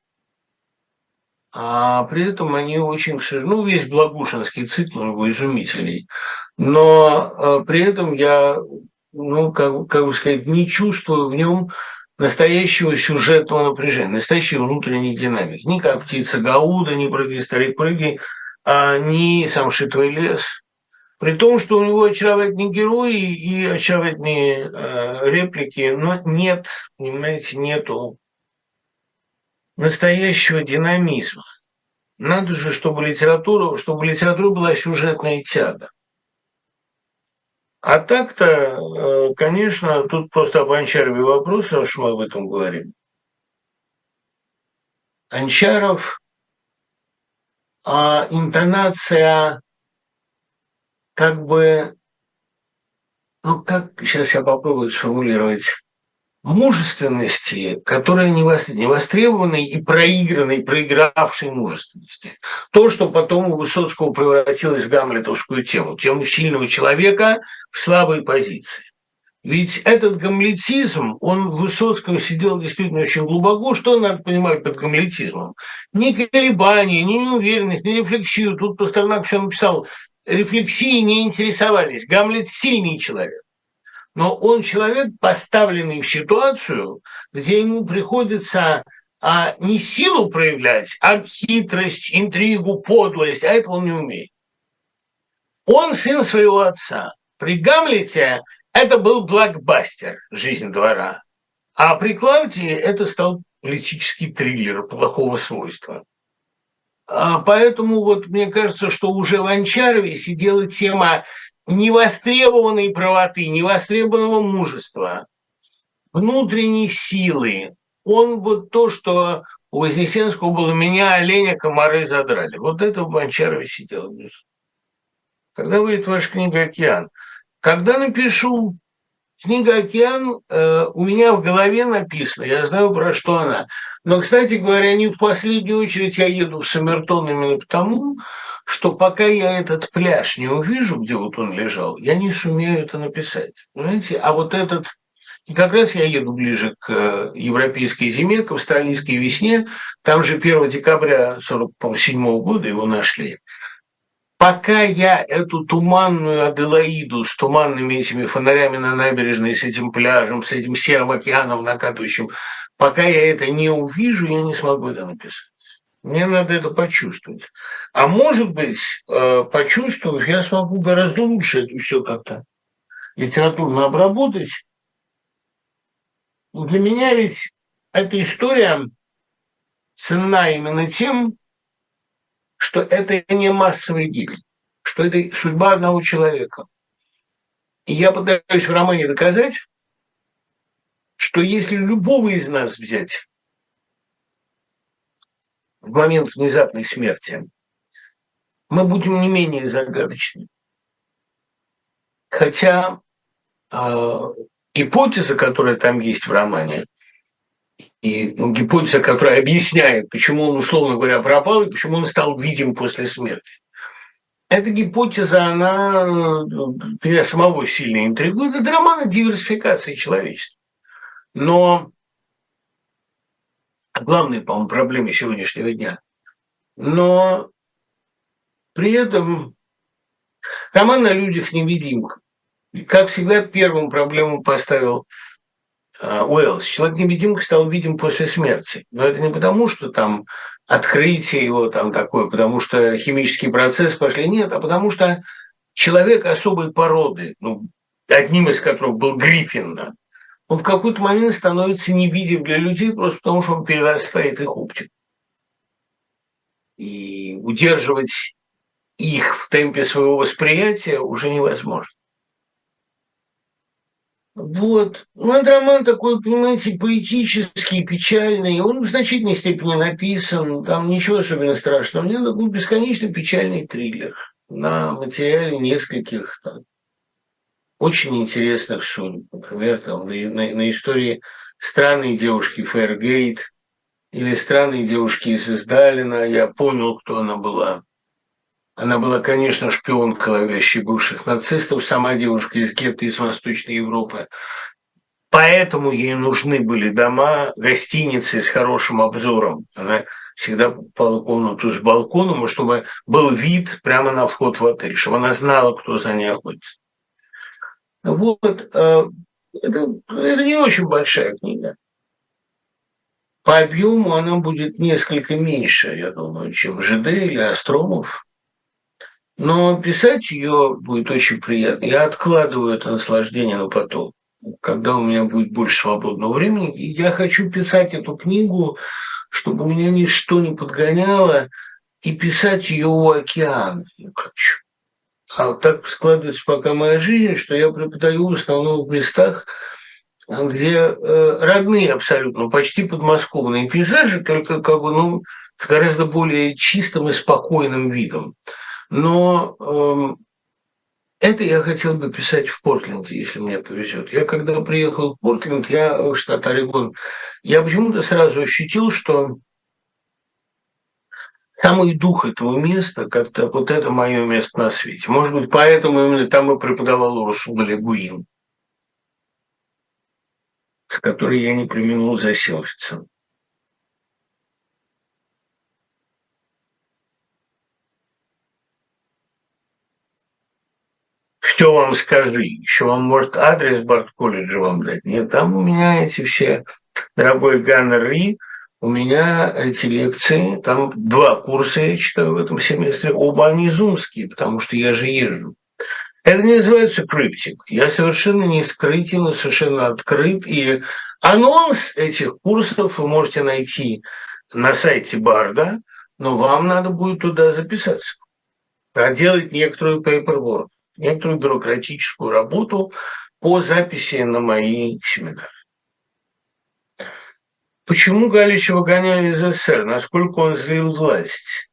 а при этом они очень, весь Благушинский цикл у него изумительный, но при этом я, как бы сказать, не чувствую в нем настоящего сюжетного напряжения, настоящей внутренней динамики. Ни как птица Гауда, ни прыгай, старик, прыгай, ни самшитовый лес. При том, что у него очаровательные герои и очаровательные реплики, но нет, понимаете, нету настоящего динамизма. Надо же, чтобы литература была сюжетная тяга. А так-то, конечно, тут просто об Анчарове вопрос, раз мы об этом говорим. Анчаров, интонация сейчас я попробую сформулировать, мужественности, которая не востребованной и проигранной, проигравшей мужественности. То, что потом у Высоцкого превратилось в гамлетовскую тему сильного человека в слабой позиции. Ведь этот гамлетизм, он в Высоцком сидел действительно очень глубоко. Что надо понимать под гамлетизмом? Ни колебания, ни неуверенность, ни рефлексию. Тут Пастернак все написал. Рефлексии не интересовались. Гамлет сильный человек. Но он человек, поставленный в ситуацию, где ему приходится не силу проявлять, а хитрость, интригу, подлость, а этого он не умеет. Он сын своего отца. При Гамлете это был блокбастер «Жизнь двора», а при Клавдии это стал политический триллер плохого свойства. Поэтому вот мне кажется, что уже в Анчарове сидела тема невостребованной правоты, невостребованного мужества, внутренней силы. Он вот то, что у Вознесенского было «меня, оленя, комары задрали». Вот это в Анчарове сидело. Когда выйдет ваша книга «Океан»? Когда напишу книга «Океан», у меня в голове написано, я знаю, про что она. Но, кстати говоря, не в последнюю очередь я еду в Саммертон именно потому, что пока я этот пляж не увижу, где вот он лежал, я не сумею это написать. Понимаете? А вот этот... И как раз я еду ближе к европейской зиме, к австралийской весне. Там же 1 декабря 1947 года его нашли. Пока я эту туманную Аделаиду с туманными этими фонарями на набережной, с этим пляжем, с этим серым океаном накатывающим, пока я это не увижу, я не смогу это написать. Мне надо это почувствовать. А может быть, почувствовав, я смогу гораздо лучше это все как-то литературно обработать. Но для меня ведь эта история ценна именно тем, что это не массовая гибель, что это судьба одного человека. И я пытаюсь в романе доказать, что если любого из нас взять в момент внезапной смерти, мы будем не менее загадочны. Хотя гипотеза, которая там есть в романе, и гипотеза, которая объясняет, почему он, условно говоря, пропал и почему он стал видим после смерти. Эта гипотеза, она меня самого сильно интригует. Это роман о диверсификации человечества. Но главная, по-моему, проблема сегодняшнего дня. Но при этом роман о людях-невидимках. Как всегда, первым проблему поставил Уэллс. Человек-невидимка стал видим после смерти. Но это не потому, что там открытие его там такое, потому что химический процесс пошли, нет, а потому что человек особой породы, одним из которых был Гриффин, да, он в какой-то момент становится невидим для людей просто потому, что он перерастает их оптику. И удерживать их в темпе своего восприятия уже невозможно. Вот. Этот роман такой, понимаете, поэтический, печальный. Он в значительной степени написан, там ничего особенно страшного. Мне такой бесконечно печальный триллер на материале нескольких там, очень интересных судеб. Например, там, на истории странной девушки Фейргейт или странной девушки из Издалина. Я понял, кто она была. Она была, конечно, шпионка, ловящая бывших нацистов, сама девушка из гетто, из Восточной Европы. Поэтому ей нужны были дома, гостиницы с хорошим обзором. Она всегда покупала комнату с балконом, чтобы был вид прямо на вход в отель, чтобы она знала, кто за ней охотится. Вот. Это не очень большая книга. По объему она будет несколько меньше, я думаю, чем ЖД или Остромов. Но писать ее будет очень приятно. Я откладываю это наслаждение на потом, когда у меня будет больше свободного времени. И я хочу писать эту книгу, чтобы меня ничто не подгоняло, и писать ее у океана. Я хочу. А так складывается пока моя жизнь, что я преподаю в основном в местах, где родные абсолютно, почти подмосковные пейзажи, только с гораздо более чистым и спокойным видом. Но это я хотел бы писать в Портленде, если мне повезет. Я когда приехал в Портленд, в штат Орегон, я почему-то сразу ощутил, что самый дух этого места, как-то вот это мое место на свете. Может быть, поэтому именно там и преподавал Урсула Ле Гуин. с которой я не преминул заселфиться. Все вам скажи, еще вам, может, адрес Барт-колледжа вам дать? Нет, там у меня эти все, дорогой Ганнер Ри, у меня эти лекции, там 2 курса я читаю в этом семестре, оба они зумские, потому что я же езжу. Это не называется криптик. Я совершенно не скрытен и совершенно открыт. И анонс этих курсов вы можете найти на сайте Барда, но вам надо будет туда записаться, проделать некоторую paperwork, некоторую бюрократическую работу по записи на мои семинары. Почему Галича выгоняли из СССР? Насколько он злил власть?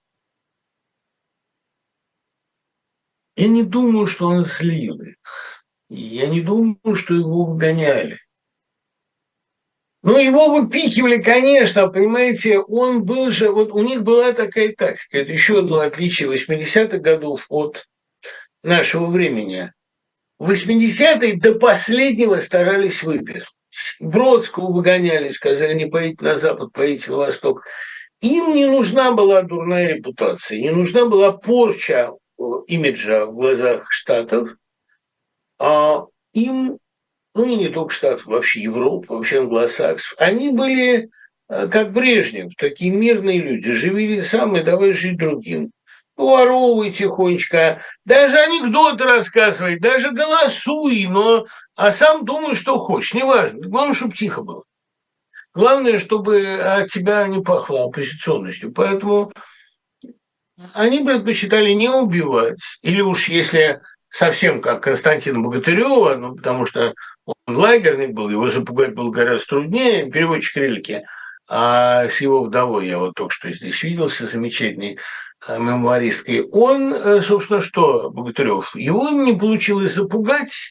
Я не думаю, что он злил их. Я не думаю, что его выгоняли. Ну, его выпихивали, конечно, понимаете, он был же, вот у них была такая тактика. Это еще одно отличие 80-х годов от нашего времени. В 80-е до последнего старались выбить. Бродского выгоняли, сказали, не поедете на Запад, поедете на Восток. Им не нужна была дурная репутация, не нужна была порча имиджа в глазах Штатов, а им, ну и не только Штатов, вообще Европа, вообще англосаксов, они были, как Брежнев, такие мирные люди, живи сам и давай жить другим. Воровывай тихонечко, даже анекдоты рассказывай, даже голосуй, но, а сам думай, что хочешь, неважно, главное, чтобы тихо было. Главное, чтобы от тебя не пахло оппозиционностью. Поэтому они предпочитали не убивать, или уж если совсем как Константина Богатырева, ну, потому что он лагерный был, его запугать было гораздо труднее, переводчик Рильке, а с его вдовой я вот только что здесь виделся, замечательной мемуаристкой. Он, собственно, что, Богатырев, его не получилось запугать,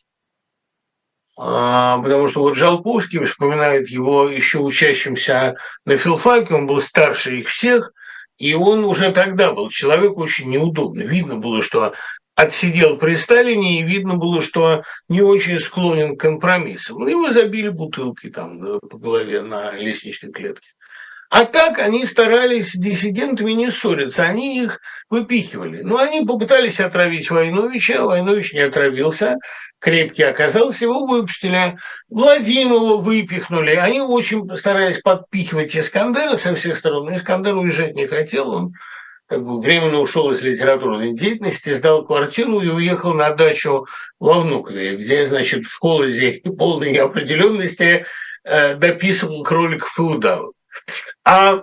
потому что вот Жалковский вспоминает его еще учащимся на филфаке, он был старше их всех, и он уже тогда был человек очень неудобный. Видно было, что отсидел при Сталине, и видно было, что не очень склонен к компромиссам. Его забили бутылкой там по голове на лестничной клетке. А так они старались с диссидентами не ссориться, они их выпихивали. Но они попытались отравить Войновича, Войнович не отравился, крепкий оказался, его выпустили, Владимирова выпихнули. Они очень старались подпихивать Искандера со всех сторон, но Искандер уезжать не хотел, он как бы временно ушел из литературной деятельности, сдал квартиру и уехал на дачу во Внукове, где, значит, в холоде и полной неопределенности дописывал кроликов и удавов. А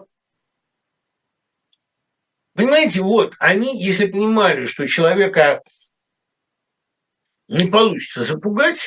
понимаете, вот они, если понимали, что человека не получится запугать,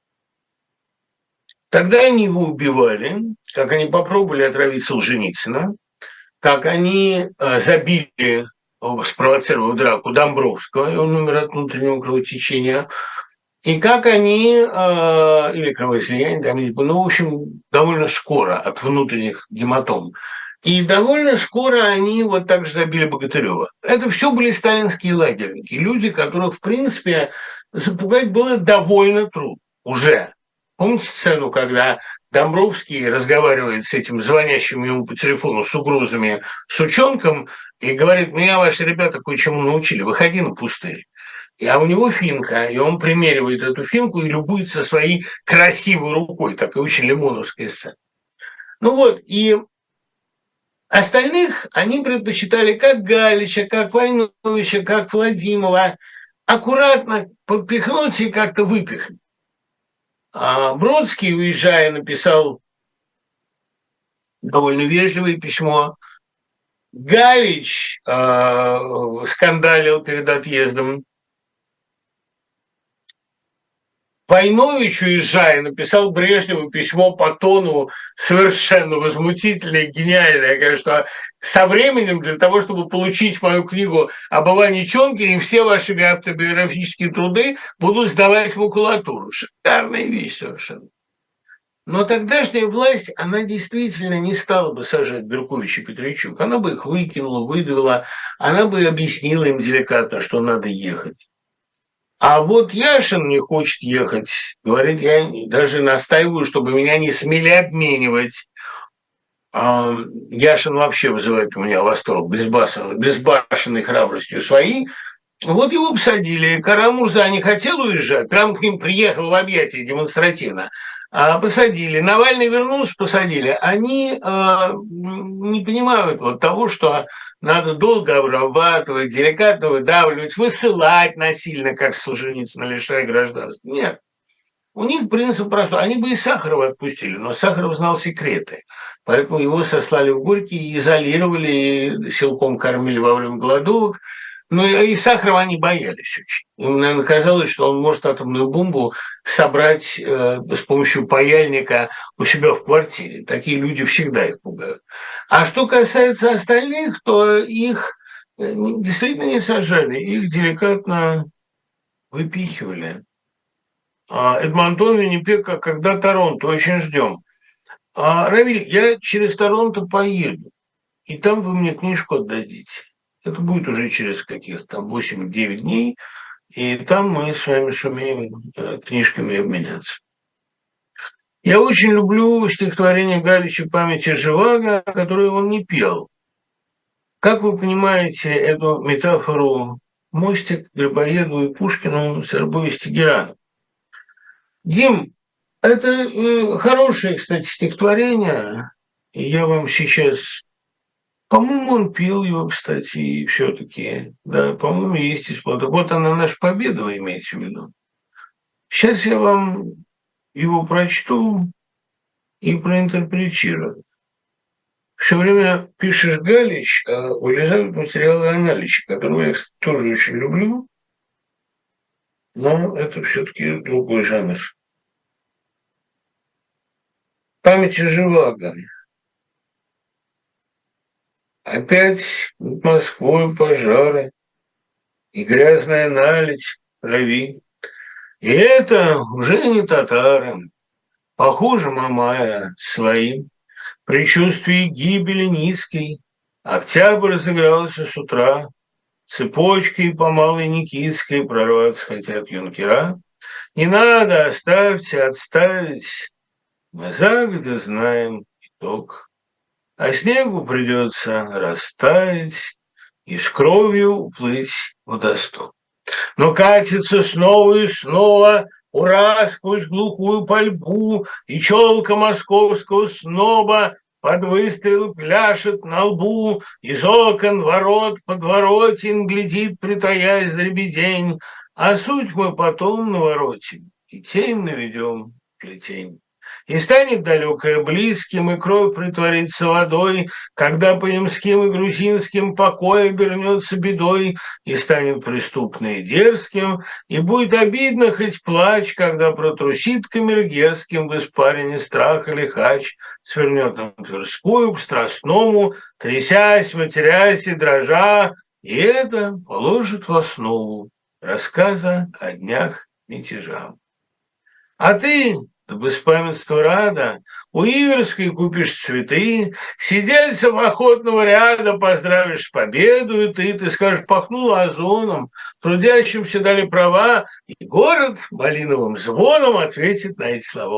тогда они его убивали, как они попробовали отравить Солженицына, как они забили, спровоцировав драку Домбровского, и он умер от внутреннего кровотечения, и как они, или кровоизлияние, там, ну, в общем, довольно скоро от внутренних гематом. И довольно скоро они вот так же забили Богатырева. Это все были сталинские лагерники, люди, которых, в принципе, запугать было довольно трудно уже. Помните сцену, когда Домбровский разговаривает с этим звонящим ему по телефону с угрозами сучонком и говорит: меня ваши ребята кое-чему научили, выходи на пустырь. А у него финка, и он примеривает эту финку и любуется своей красивой рукой, такая очень лимоновская сцена. Ну вот, и остальных они предпочитали как Галича, как Войновича, как Владимира аккуратно подпихнуть и как-то выпихнуть. А Бродский, уезжая, написал довольно вежливое письмо. Галич скандалил перед отъездом. Войнович, уезжая, написал Брежневу письмо по тону совершенно возмутительное, гениальное, конечно, со временем для того, чтобы получить мою книгу об Иване Чонкине, все ваши автобиографические труды будут сдавать в макулатуру. Шикарная вещь совершенно. Но тогдашняя власть, она действительно не стала бы сажать Беркович и Петричук. Она бы их выкинула, выдавила, она бы объяснила им деликатно, что надо ехать. А вот Яшин не хочет ехать. Говорит, я даже настаиваю, чтобы меня не смели обменивать. Яшин вообще вызывает у меня восторг безбашенной храбростью своей. Вот его посадили. Карамурза не хотел уезжать, прям к ним приехал в объятия демонстративно. Посадили. Навальный вернулся, посадили. Они не понимают вот того, что надо долго обрабатывать, деликатно выдавливать, высылать насильно, как Солженицына, лишая гражданства. Нет. У них принцип простой. Они бы и Сахарова отпустили, но Сахаров знал секреты. Поэтому его сослали в Горький, изолировали, и силком кормили во время голодовок. Ну и Сахарова они боялись очень. Им, наверное, казалось, что он может атомную бомбу собрать с помощью паяльника у себя в квартире. Такие люди всегда их пугают. А что касается остальных, то их действительно не сажали, их деликатно выпихивали. Эдмонтон, Виннипег, когда Торонто, очень ждем. Равиль, я через Торонто поеду, и там вы мне книжку отдадите. Это будет уже через каких-то там 8-9 дней, и там мы с вами сумеем книжками обменяться. Я очень люблю стихотворение Галича «Памяти Живаго», которое он не пел. Как вы понимаете эту метафору «Мостик» Грибоедову и Пушкину с Эрбой из Тегерана? Дим, это хорошее, кстати, стихотворение. И я вам сейчас... По-моему, он пел его, кстати, и все-таки. Да, по-моему, есть исполнитель. Вот она наша победа, вы имеете в виду. Сейчас я вам его прочту и проинтерпретирую. Все время пишешь Галич, а вылезают материалы о Наличе, которые я тоже очень люблю, но это все-таки другой жанр. Память о Живаго. Опять над Москвой пожары и грязная наледь крови. И это уже не татарам, похоже, Мамая своим. Предчувствие гибели низкой, октябрь разыгрался с утра, цепочкой по Малой Никитской прорваться хотят юнкера. Не надо, оставьте, отставить, мы загодя знаем итог. А снегу придется растаять и с кровью уплыть в водосток. Но катится снова и снова, ура, сквозь глухую пальбу, и челка московского сноба под выстрел пляшет на лбу, из окон ворот подворотен глядит, притаясь дребедень, а суть мы потом наворотим, и тень наведем плетень. И станет далекое близким, и кровь притворится водой, когда по ямским и грузинским покой обернется бедой, и станет преступное дерзким, и будет обидно хоть плач, когда протрусит камергерским в испарине страх или хач, свернет на Тверскую к Страстному, трясясь, матерясь и дрожа, и это положит в основу рассказа о днях мятежа. А ты... До беспамятства рада, у Иверской купишь цветы, сидельцев охотного ряда поздравишь с победу, и ты скажешь, пахнуло озоном, трудящимся дали права, и город малиновым звоном ответит на эти слова.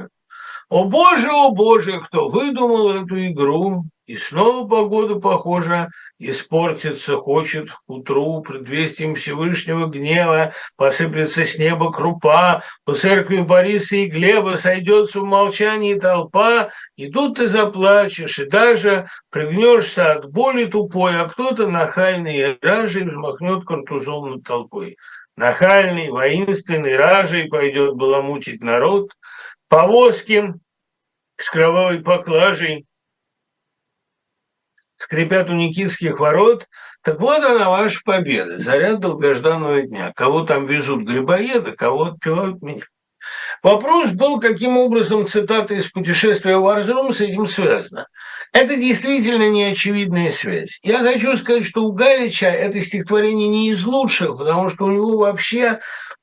О Боже, кто выдумал эту игру? И снова погода, похожа, испортиться хочет к утру, предвестием Всевышнего гнева, посыплется с неба крупа, у церкви Бориса и Глеба сойдется в молчании толпа, и тут ты заплачешь, и даже пригнешься от боли тупой, а кто-то нахальный и ражей взмахнет картузом над толпой. Нахальный, воинственный ражей пойдет баламутить народ, повозки с кровавой поклажей скрипят у Никитских ворот. Так вот она, ваша победа, заряд долгожданного дня. Кого там везут грибоеды, кого отпевают меня. Вопрос был, каким образом цитата из «Путешествия в Варзрум» с этим связана. Это действительно неочевидная связь. Я хочу сказать, что у Галича это стихотворение не из лучших, потому что у него вообще...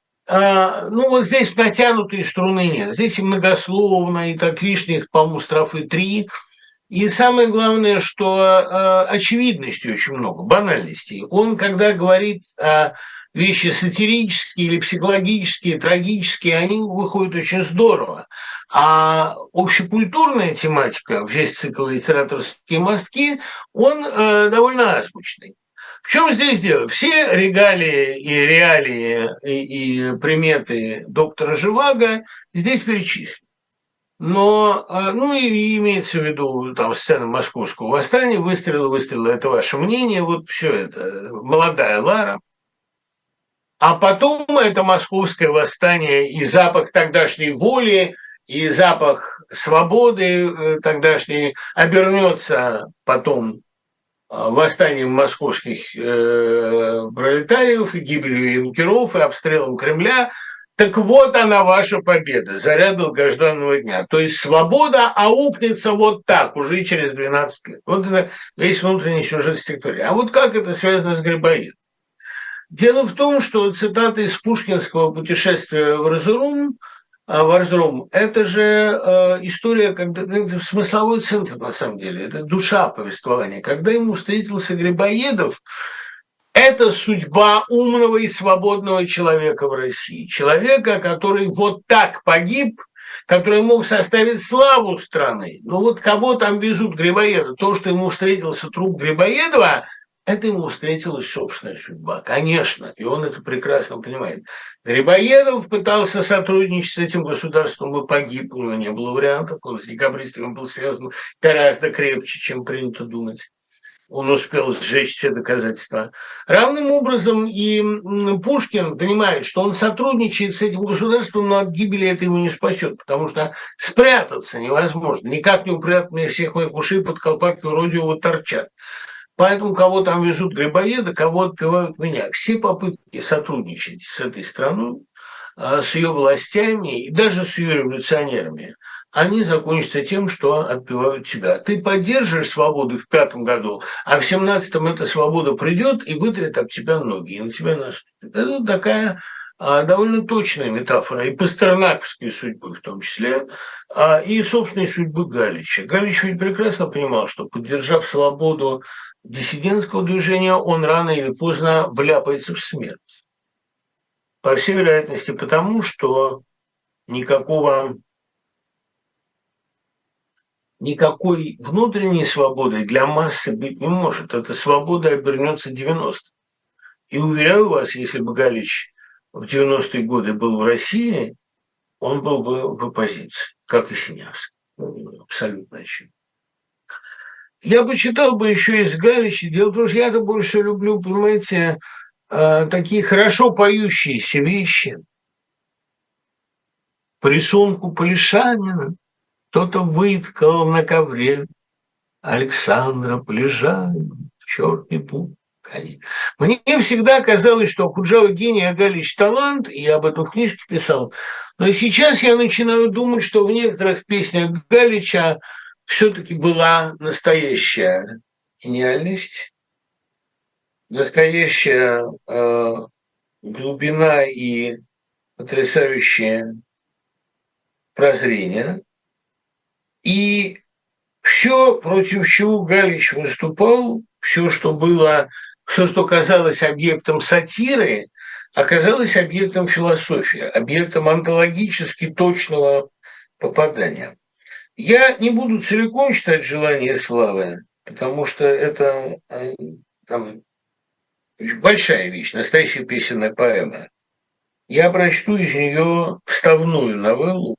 вот здесь натянутые струны нет. Здесь и многословно, и так лишних, по-моему, строфы 3. И самое главное, что очевидностей очень много, банальностей. Он, когда говорит о вещи сатирические или психологические, трагические, они выходят очень здорово. А общекультурная тематика, весь цикл «Литераторские мостки», он довольно азбучный. В чем здесь дело? Все регалии и реалии и приметы доктора Живаго здесь перечислены. Но, ну и имеется в виду там сцена московского восстания, выстрелы, это ваше мнение, вот все это, молодая Лара. А потом это московское восстание и запах тогдашней воли, и запах свободы тогдашней обернется потом восстанием московских пролетариев, и гибелью юнкеров, и обстрелом Кремля. Так вот она, ваша победа, заря долгожданного дня. То есть свобода аукнется вот так, уже через 12 лет. Вот это весь внутренний сюжет стихотворения. А вот как это связано с Грибоедом? Дело в том, что цитата из пушкинского «Путешествия в Эрзурум», это же история, когда это смысловой центр, на самом деле, это душа повествования. Когда ему встретился Грибоедов, это судьба умного и свободного человека в России. Человека, который вот так погиб, который мог составить славу страны. Но вот кого там везут Грибоеда? То, что ему встретился труп Грибоедова, это ему встретилась собственная судьба, конечно, и он это прекрасно понимает. Грибоедов пытался сотрудничать с этим государством и погиб, у него не было вариантов, он с декабристами был связан гораздо крепче, чем принято думать. Он успел сжечь все доказательства. Равным образом и Пушкин понимает, что он сотрудничает с этим государством, но от гибели это его не спасет, потому что спрятаться невозможно. Никак не упрятанные всех моих ушей под колпак юродивого торчат. Поэтому кого там везут Грибоеда, кого отпевают меня. Все попытки сотрудничать с этой страной, с ее властями и даже с ее революционерами, они закончатся тем, что отпевают тебя. Ты поддержишь свободу в 5 году, а в 17-м эта свобода придет и вытрет об тебя ноги, и на тебя наступит. Это такая довольно точная метафора и пастернаковской судьбы в том числе, и собственной судьбы Галича. Галич ведь прекрасно понимал, что, поддержав свободу диссидентского движения, он рано или поздно вляпается в смерть. По всей вероятности потому, что никакой внутренней свободы для массы быть не может. Эта свобода обернется 90. И уверяю вас, если бы Галич в 90-е годы был в России, он был бы в оппозиции, как и Синявский. Абсолютно очевидно. Я почитал бы еще из Галича. Дело в том, что я-то больше люблю, понимаете, такие хорошо поющиеся вещи. По рисунку Полишанина кто-то выткал на ковре Александра Полежанина, черт не путай. Мне всегда казалось, что Окуджава гений, а Галич талант, и я об этом в книжке писал. Но сейчас я начинаю думать, что в некоторых песнях Галича все-таки была настоящая гениальность, настоящая глубина и потрясающее прозрение. И все, против чего Галич выступал, все, что было, все, что казалось объектом сатиры, оказалось объектом философии, объектом онтологически точного попадания. Я не буду целиком читать «Желание славы», потому что это там, очень большая вещь, настоящая песенная поэма. Я прочту из нее вставную новеллу.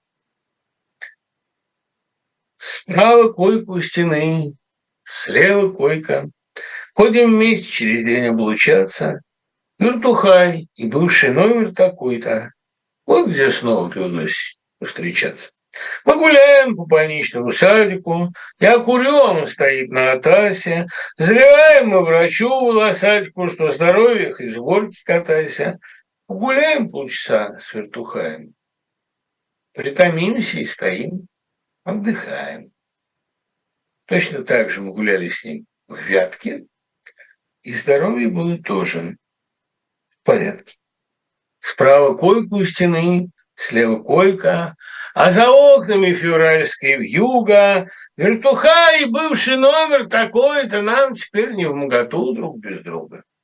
Справа койка у стены, слева койка. Ходим вместе через день облучаться. Вертухай и бывший номер такой-то. Вот где снова ты уносишь встречаться. Мы гуляем по больничному садику, я курю, он стоит на атасе, заливаем мы врачу волосатику, что здоровьях из горки катайся. Гуляем полчаса с вертухаем, притомимся и стоим, отдыхаем. Точно так же мы гуляли с ним в Вятке, и здоровье было тоже в порядке. Справа койка у стены, слева койка, а за окнами февральская вьюга, вертуха и бывший номер такой-то нам теперь не вмоготу друг без друга.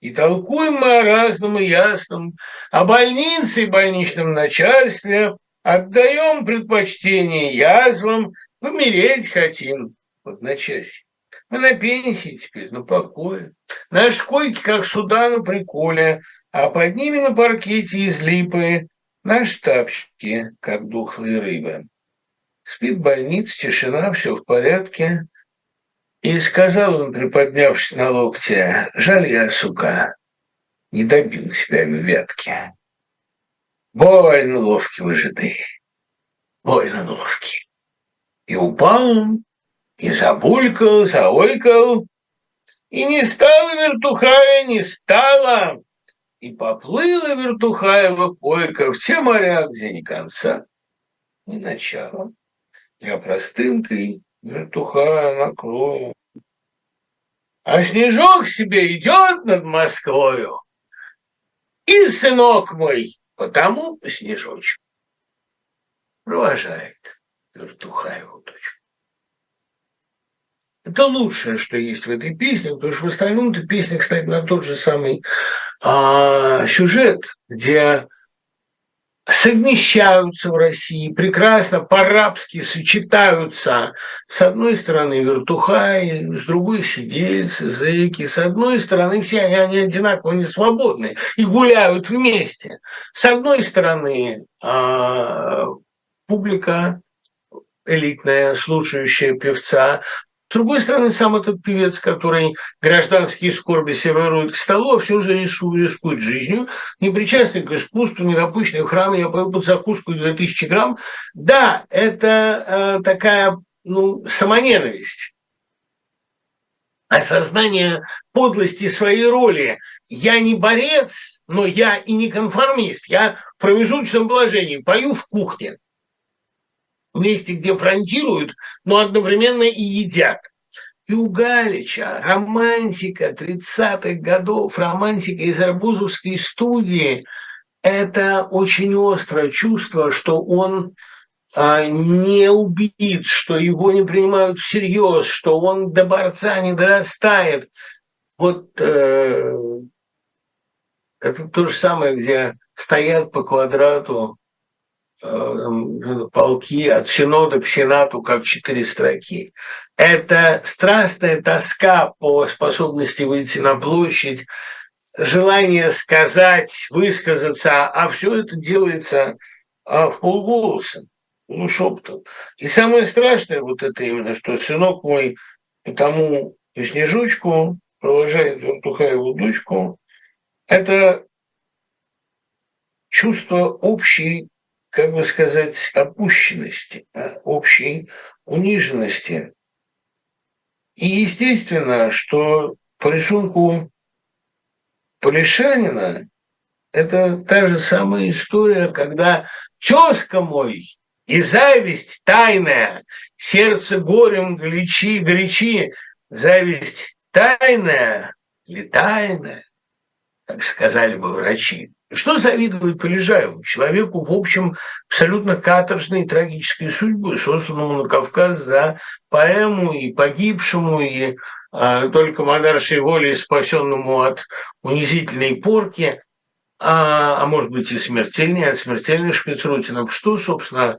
И толкуем мы о разном и ясном, о больнице и больничном начальстве, отдаем предпочтение язвам, помереть хотим в одночасье. Мы на пенсии теперь, на покое. Наши койки, как суда на приколе, а под ними на паркете из липы наши тапочки, как дохлые рыбы. Спит больница, тишина, все в порядке. И сказал он, приподнявшись на локте: жаль я, сука, не добил себя в вятке. Больно ловкий вы жиды, больно ловкий. И упал он, и забулькал, заойкал, и не стало вертухая, не стало, и поплыла вертухаева койка в те моря, где ни конца, ни начала. Я простынкой вертухая накрою. А снежок себе идет над Москвою, и сынок мой потому по снежочку провожает вертухаеву дочку. Это лучшее, что есть в этой песне, потому что в остальном эта песня, кстати, на тот же самый сюжет, где совмещаются в России, прекрасно по-рабски сочетаются с одной стороны вертухаи, с другой сидельцы, зэки, с одной стороны все они одинаково не свободны и гуляют вместе. С одной стороны публика элитная, слушающая певца. С другой стороны, сам этот певец, который гражданские скорби сервирует к столу, а все же рискует жизнью, не причастный к искусству, не допущенный в храм, я пою под закуску 2000 грамм. Да, это такая самоненависть, осознание подлости своей роли. Я не борец, но я и не конформист, я в промежуточном положении, пою в кухне. В месте, где фронтируют, но одновременно и едят. И у Галича романтика 30-х годов, романтика из арбузовской студии – это очень острое чувство, что он не убит, что его не принимают всерьез, что он до борца не дорастает. Вот это то же самое, где стоят по квадрату полки от синода к сенату, как 4 строки. Это страстная тоска по способности выйти на площадь, желание сказать, высказаться, а все это делается в полголоса, полушепотом. И самое страшное вот это именно, что сынок мой потому по снежочку провожает вертухаеву дочку, это чувство общей, как бы сказать, опущенности, общей униженности. И естественно, что по рисунку Полишанина это та же самая история, когда тезка мой и зависть тайная, сердце горем горячи, зависть тайная или тайная, как сказали бы врачи. Что завидовать Полежаеву, человеку, в общем, абсолютно каторжной и трагической судьбой, сосланному на Кавказ за поэму и погибшему, и только модаршей волей спасенному от унизительной порки, а может быть и смертельной, от смертельных шпицрутинок. Что, собственно,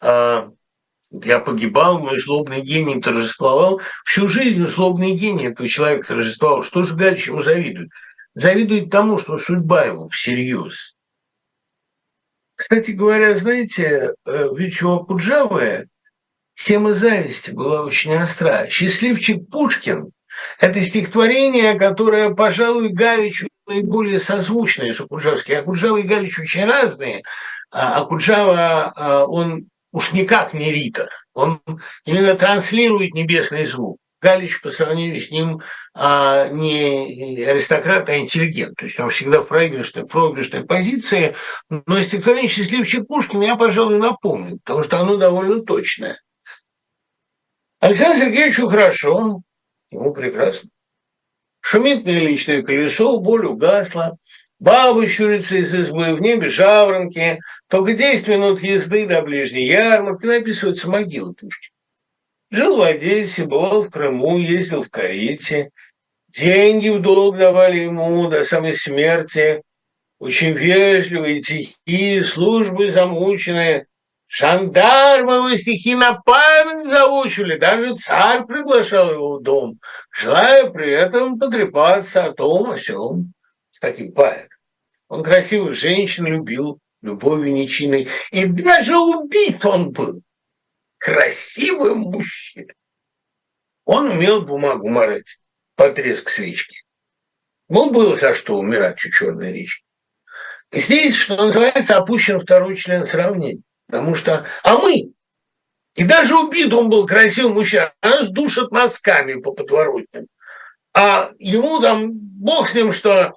я погибал, мой злобный гений торжествовал. Всю жизнь злобный гений этого человека торжествовал. Что же Галич ему завидует? Завидует тому, что судьба его всерьез. Кстати говоря, знаете, ведь у Акуджавы тема зависти была очень остра. «Счастливчик Пушкин» – это стихотворение, которое, пожалуй, Галичу наиболее созвучное с Акуджавским. Акуджава и Галич очень разные. Акуджава, он уж никак не ритор, он именно транслирует небесный звук. Галич по сравнению с ним не аристократ, а интеллигент. То есть он всегда в проигрышной позиции. Но стихотворение «Счастливчик Пушкин» я, пожалуй, напомню, потому что оно довольно точное. Александру Сергеевичу хорошо, ему прекрасно. Шумит приличное колесо, боль угасла. Бабы щурятся из избы, в небе жаворонки. Только 10 минут езды до ближней ярмарки, написывается могила Пушкина. Жил в Одессе, бывал в Крыму, ездил в карете. деньги в долг давали ему до самой смерти, очень вежливые, тихие, службы замученные, жандармы его стихи на память заучили, даже царь приглашал его в дом, желая при этом потрепаться о том, о сём, с таким поэтом. Он красивых женщин любил, любовью нечинной, и даже убит он был красивым мужчиной. Он умел бумагу морать под треск свечки. Ну, было за что умирать у Черной речки. И здесь, что называется, опущен второй член сравнения. Потому что, и даже убит он был красивым мужчиной, а нас душат мазками по подворотням. А ему там, бог с ним, что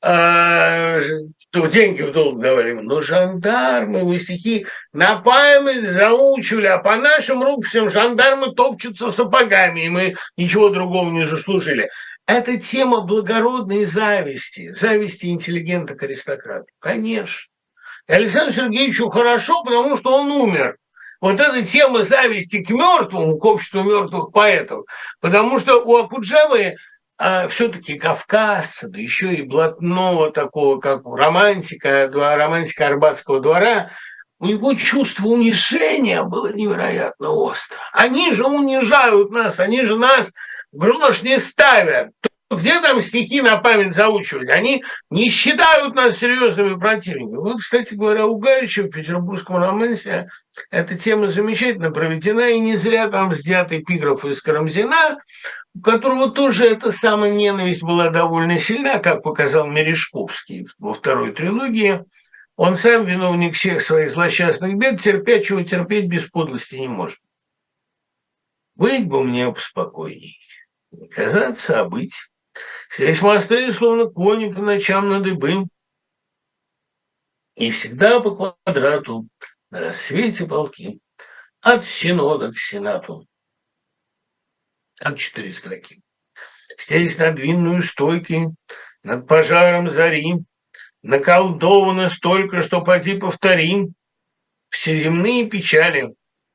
деньги в долг давали, но жандармы его стихи на память заучивали, а по нашим рукописям жандармы топчутся сапогами, и мы ничего другого не заслужили. Это тема благородной зависти интеллигента к аристократу. Конечно. И Александру Сергеевичу хорошо, потому что он умер. Вот эта тема зависти к мертвому, к обществу мертвых поэтов, потому что у Окуджавы все-таки Кавказ, да еще и блатного такого, как романтика Арбатского двора, у него чувство унижения было невероятно остро. Они же унижают нас, они же нас в грош не ставят. Где там стихи на память заучивать? Они не считают нас серьезными противниками. Вот, кстати говоря, у Галича в петербургском романсе эта тема замечательно проведена, и не зря там взят эпиграф из Карамзина, у которого тоже эта самая ненависть была довольно сильна, как показал Мережковский во второй трилогии. Он сам виновник всех своих злосчастных бед, терпячего терпеть без подлости не может. Быть бы мне поспокойней, не казаться, а быть. Здесь мосты, словно кони по ночам на дыбы, и всегда по квадрату на рассвете полки, от синода к сенату. Как 4 строки. Здесь над винную стойкой, над пожаром зари, наколдовано столько, что поди повторим. Все земные печали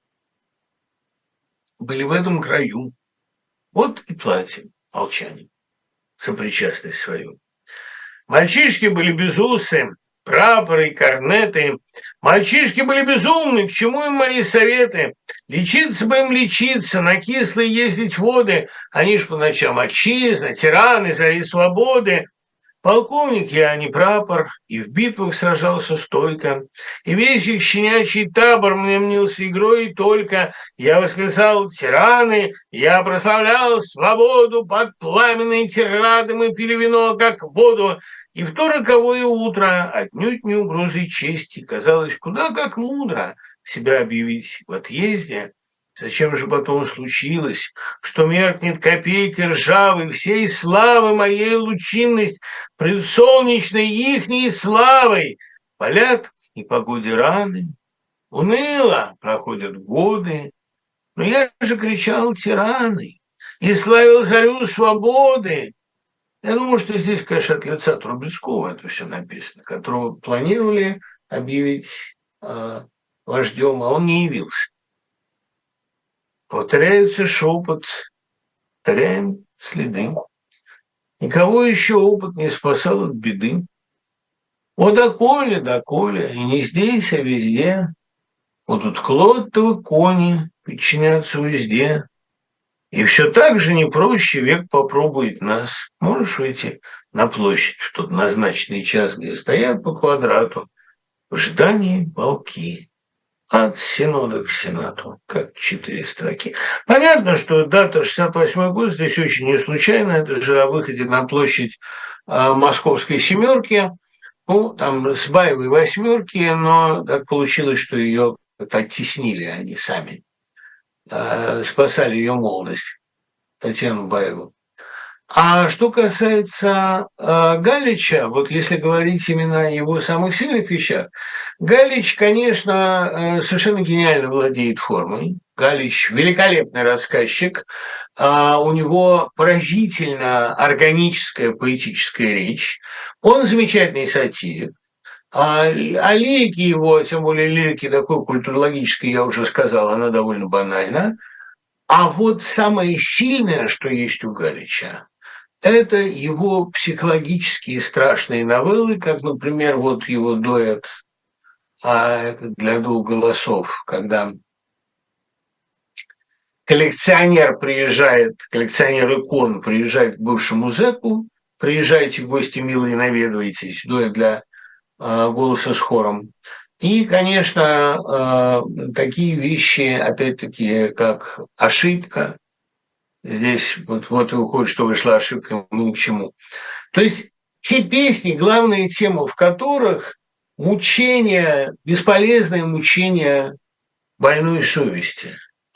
были в этом краю. Вот и платье молчание, сопричастность свою. Мальчишки были безусые, прапоры, корнеты. Мальчишки были безумны, к чему им мои советы? Лечиться бы им лечиться, на кислые ездить воды. Они ж по ночам отчизна, тираны, зари свободы. Полковник я, а не прапор, и в битвах сражался стойко, и весь их щенячий табор мне мнился игрой, и только я восклицал тираны, я прославлял свободу, под пламенной тирады мы пили вино, как воду, и в то роковое утро, отнюдь не угрозой чести, казалось, куда как мудро себя объявить в отъезде. Зачем же потом случилось, что меркнет копейкой ржавой всей славы моей лучинность пред солнечной ихней славой? Палят в непогоде раны, уныло проходят годы, но я же кричал тираны и славил зарю свободы. Я думаю, что здесь, конечно, от лица Трубецкого это все написано, которого планировали объявить вождем, а он не явился. Повторяется шепот, повторяем следы. Никого еще опыт не спасал от беды. О, доколе, и не здесь, а везде. Будут клоттовы кони подчиняться узде. И все так же не проще век попробует нас. Можешь выйти на площадь в тот назначенный час, где стоят по квадрату в ожидании полки. От синода к сенату, как 4 строки. Понятно, что дата 68-й год здесь очень не случайно. Это же о выходе на площадь Московской семерки. Ну, там с Баевой восьмерки, но так получилось, что ее оттеснили они сами. Спасали ее молодость, Татьяну Баеву. А что касается Галича, вот если говорить именно о его самых сильных вещах, Галич, конечно, совершенно гениально владеет формой. Галич великолепный рассказчик, у него поразительно органическая поэтическая речь, он замечательный сатирик. О лирике его, тем более лирики такой культурологической, я уже сказал, она довольно банальна. А вот самое сильное, что есть у Галича, это его психологические страшные новеллы, как, например, вот его дуэт это для двух голосов, когда коллекционер икон приезжает к бывшему зэку, приезжайте в гости, милые, наведывайтесь, дуэт для голоса с хором. И, конечно, такие вещи, опять-таки, как ошибка. Здесь вот выходит, что вышла ошибка, мы ни к чему. То есть те песни, главная тема в которых мучение, бесполезное мучение больной совести,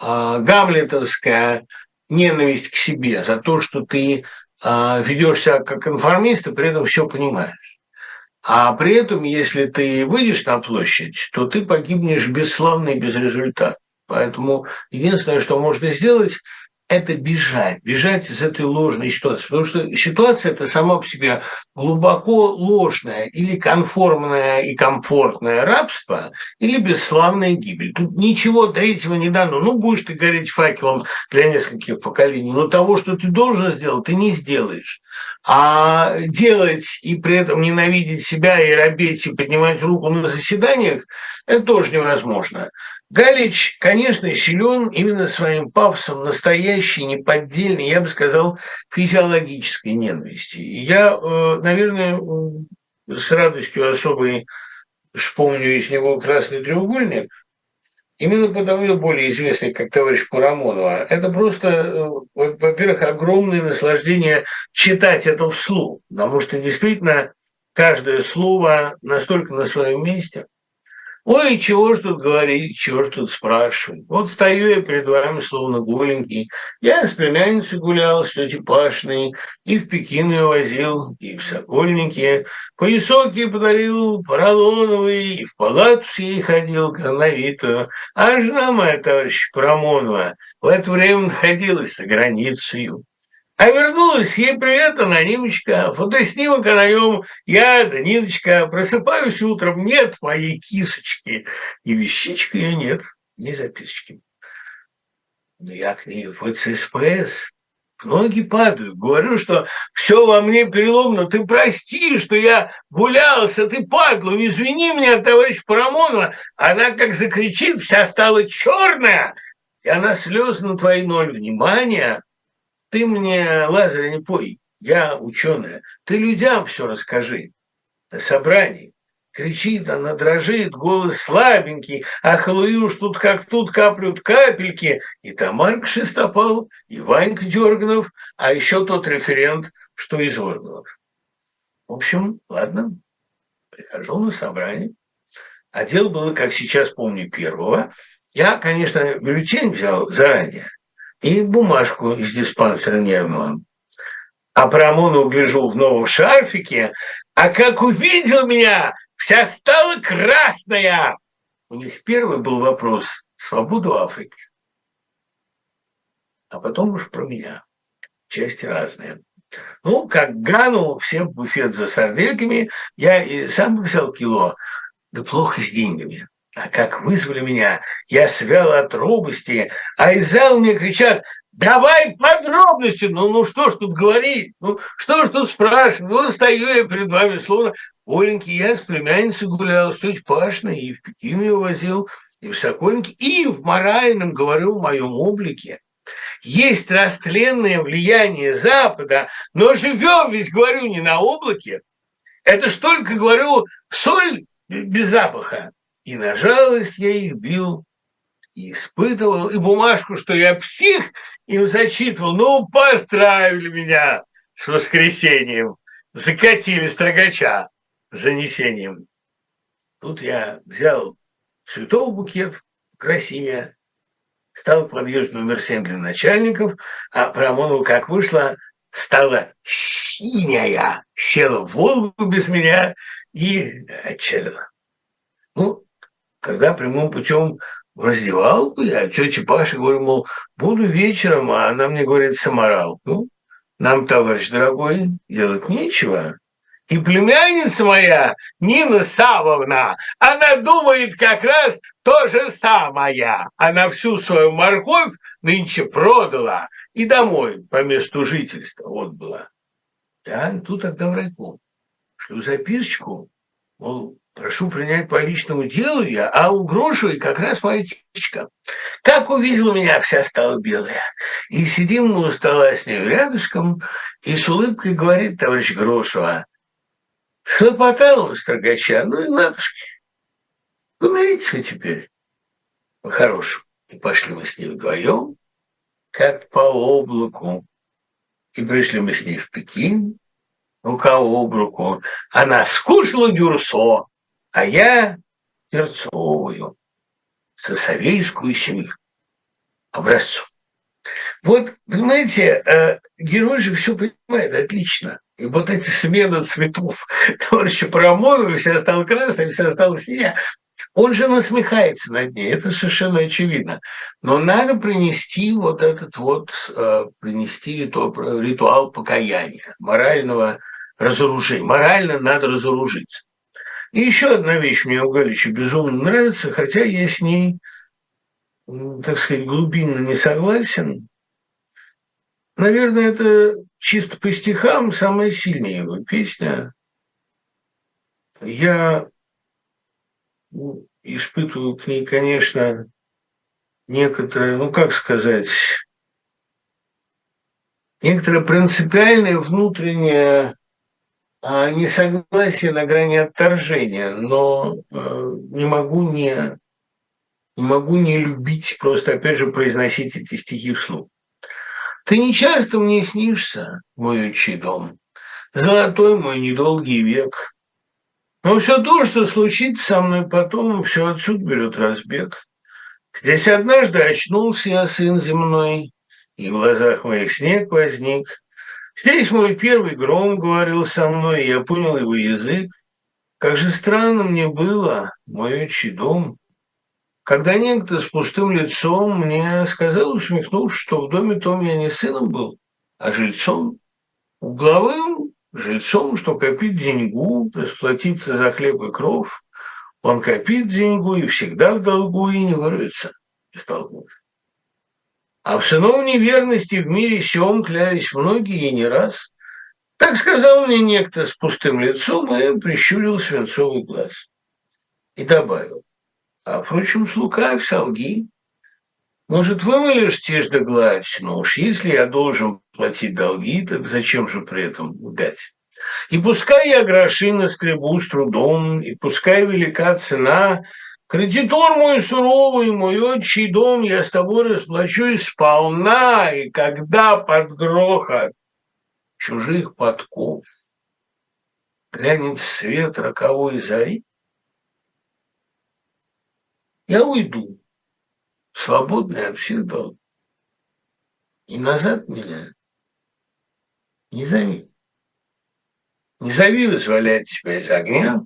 гамлетовская ненависть к себе за то, что ты ведешь себя как конформист и при этом все понимаешь. А при этом, если ты выйдешь на площадь, то ты погибнешь бесславно и без результата. Поэтому единственное, что можно сделать, это бежать из этой ложной ситуации. Потому что ситуация – это сама по себе глубоко ложное или конформное и комфортное рабство, или бесславная гибель. Тут ничего третьего не дано. Ну, будешь ты гореть факелом для нескольких поколений, но того, что ты должен сделать, ты не сделаешь. А делать и при этом ненавидеть себя и робеть и поднимать руку на заседаниях – это тоже невозможно. Галич, конечно, силен именно своим пафосом настоящей, неподдельной, я бы сказал, физиологической ненависти. И я, наверное, с радостью особой вспомню из него «Красный треугольник», именно потому более известный как товарищ Парамонова. Это просто, во-первых, огромное наслаждение читать это вслух, потому что действительно каждое слово настолько на своем месте. Ой, чего ж тут говорить, чего ж тут спрашивать. Вот стою я перед вами словно голенький. Я с племянницей гулял, с тетей Пашиной, и в Пекин ее возил, и в Сокольники. Поясок ей подарил поролоновый, и в палату с ей ходил грановитую. А жена моя, товарищ Парамонова, в это время находилась за границей. А вернулась, ей привет, анонимочка, фотоснимок о наем, я, Данилочка, просыпаюсь утром, нет моей кисочки, и вещичка ее нет, ни записочки. Но я к ней в ЦСПС, в ноги падаю, говорю, что все во мне переломно, ты прости, что я гулялся, ты падла, извини меня, товарищ Парамонова. Она как закричит, вся стала черная, и она слез на твои ноль внимания. Ты мне, Лазарь, не пой, я ученая. Ты людям все расскажи на собрании. Кричит она, дрожит, голос слабенький, а халуи уж тут как тут каплют капельки. И Тамарка Шестопал, и Ванька Дерганов, а еще тот референт, что из Оргулов. В общем, ладно, прихожу на собрание. А дело было, как сейчас помню, первого. Я, конечно, бюллетень взял заранее и бумажку из диспансера нервного. А Парамонову гляжу в новом шарфике, а как увидел меня, вся стала красная. У них первый был вопрос «Свободу Африки». А потом уж про меня. Части разные. Ну, как Гану, всем в буфет за сардельками, я и сам взял кило, да плохо с деньгами. А как вызвали меня, я свял от робости, а из зала мне кричат: давай подробности, ну что ж тут говорить, ну что ж тут спрашивать, ну стою я перед вами словно голенький, я с племянницей гулял, с тетей Пашиной, и в Пекин ее возил, и в Сокольники, и в моральном, говорю, в моем облике. Есть растленное влияние Запада, но живем ведь, говорю, не на облаке. Это ж только, говорю, соль без запаха. И на жалость я их бил, и испытывал, и бумажку, что я псих, им зачитывал. Ну, поздравили меня с воскресением, закатили строгача с занесением. Тут я взял цветов букет, красивее, стал подъезд номер 7 для начальников, а Парамонова, как вышла, стала синяя, села в Волгу без меня и отчалила. Ну, когда прямым путем в раздевалку, я тете Паше говорю, мол, буду вечером, а она мне говорит, саморалку. Нам, товарищ дорогой, делать нечего. И племянница моя, Нина Савовна, она думает как раз то же самое. Она всю свою морковь нынче продала и домой по месту жительства вот была. Я иду тогда в райком, шлю записочку, мол, прошу принять по личному делу я, а у Грошевой как раз моя течка. Как увидела меня, вся стала белая. И сидим мы у стола с ней рядышком, и с улыбкой говорит товарищ Грошева: схлопотал он строгача, ну и ладушки, помиритесь вы теперь по-хорошему. И пошли мы с ней вдвоем, как по облаку, и пришли мы с ней в Пекин, рука об руку. Она скушала дюрсо, а я перцовую, сосавейскую семью, образцу. Вот, понимаете, герой же все понимает отлично. И вот эти смены цветов товарища Парамонова, вся стала красной, вся стала синяя, он же насмехается над ней, это совершенно очевидно. Но надо принести вот этот вот, принести ритуал покаяния, морального разоружения. Морально надо разоружиться. И еще одна вещь мне у Галича безумно нравится, хотя я с ней, так сказать, глубинно не согласен. Наверное, это чисто по стихам самая сильная его песня. Я испытываю к ней, конечно, некоторое, ну как сказать, некоторое принципиальное внутреннее несогласие на грани отторжения, но не могу не любить, просто опять же произносить эти стихи вслух. Ты не часто мне снишься, мой отчий дом, золотой мой недолгий век. Но все то, что случится со мной потом, все отсюда берет разбег. Здесь однажды очнулся я, сын земной, и в глазах моих снег возник. Здесь мой первый гром говорил со мной, и я понял его язык. Как же странно мне было, мой отчий дом, когда некто с пустым лицом мне сказал, усмехнувшись, что в доме том я не сыном был, а жильцом, угловым жильцом, что копит деньгу, расплатиться за хлеб и кров. Он копит деньгу и всегда в долгу, и не вырвется из долгов. А в сыновней верности в мире сём клялись многие и не раз. Так сказал мне некто с пустым лицом и прищурил свинцовый глаз. И добавил: а, впрочем, слукавь, солги. Может, вымолишь тишь да гладь, но уж если я должен платить долги, так зачем же при этом лгать? И пускай я гроши наскребу с трудом, и пускай велика цена, кредитор мой суровый, мой отчий дом, я с тобой расплачусь сполна, и когда под грохот чужих подков глянет свет роковой зари, я уйду, свободный от всех долгов, и назад меня не зови. Не зови вызволять тебя из огня,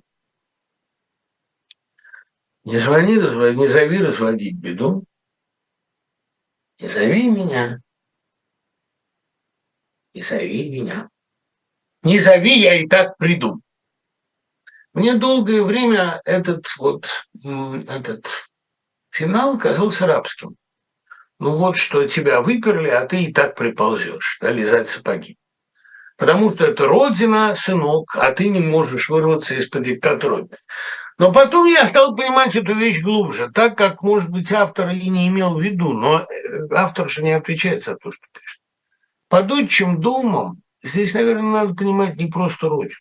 не зови разводить беду, не зови меня, не зови меня. Не зови, я и так приду. Мне долгое время этот финал казался рабским. Ну вот что, тебя выперли, а ты и так приползешь, да, лизать сапоги. Потому что это родина, сынок, а ты не можешь вырваться из-под диктата родины. Но потом я стал понимать эту вещь глубже, так как, может быть, автор и не имел в виду, но автор же не отвечает за то, что пишет. Под отчим домом здесь, наверное, надо понимать не просто родину,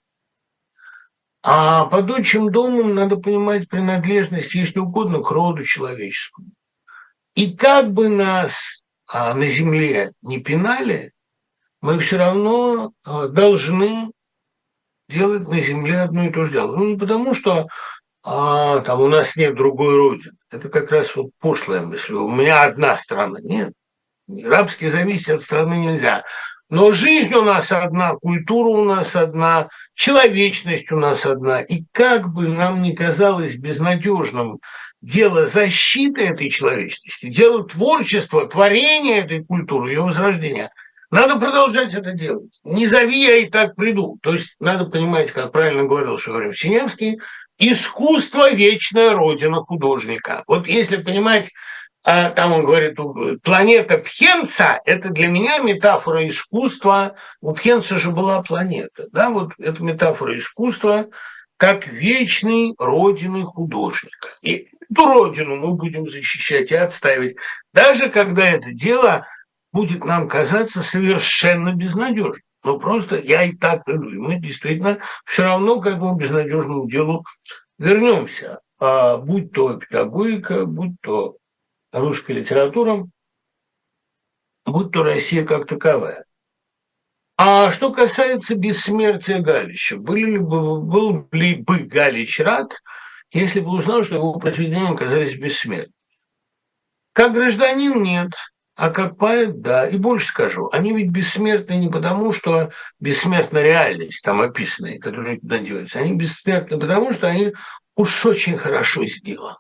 а под отчим домом надо понимать принадлежность, если угодно, к роду человеческому. И как бы нас на земле не пинали, мы все равно должны делать на земле одно и то же дело. Ну, не потому, что там у нас нет другой родины. Это как раз вот пошлая мысль. У меня одна страна. Нет. Рабски зависеть от страны нельзя. Но жизнь у нас одна, культура у нас одна, человечность у нас одна. И как бы нам ни казалось безнадежным дело защиты этой человечности, дело творчества, творения этой культуры, ее возрождения, надо продолжать это делать. Не зови, я и так приду. То есть надо понимать, как правильно говорил в свое время Синявский, искусство – вечная родина художника. Вот если понимать А там он говорит, планета Пхенца – это для меня метафора искусства. У Пхенца же была планета. Да, вот это метафора искусства как вечной родины художника. И эту родину мы будем защищать и отстаивать, даже когда это дело будет нам казаться совершенно безнадежным. Ну, просто я и так люблю. И мы действительно все равно к этому безнадежному делу вернемся. Будь то педагогика, будь то русская литература, будь то Россия как таковая. А что касается бессмертия Галича, был ли бы Галич рад, если бы узнал, что его произведения оказались бессмертными? Как гражданин – нет, а как поэт – да. И больше скажу, они ведь бессмертны не потому, что бессмертна реальность, там описанная, которая никуда не девается. Они бессмертны потому, что они уж очень хорошо сделаны.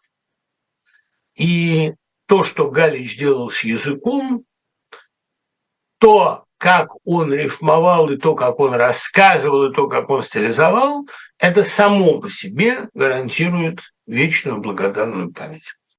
И то, что Галич делал с языком, то, как он рифмовал, и то, как он рассказывал, и то, как он стилизовал, это само по себе гарантирует вечную благодарную память.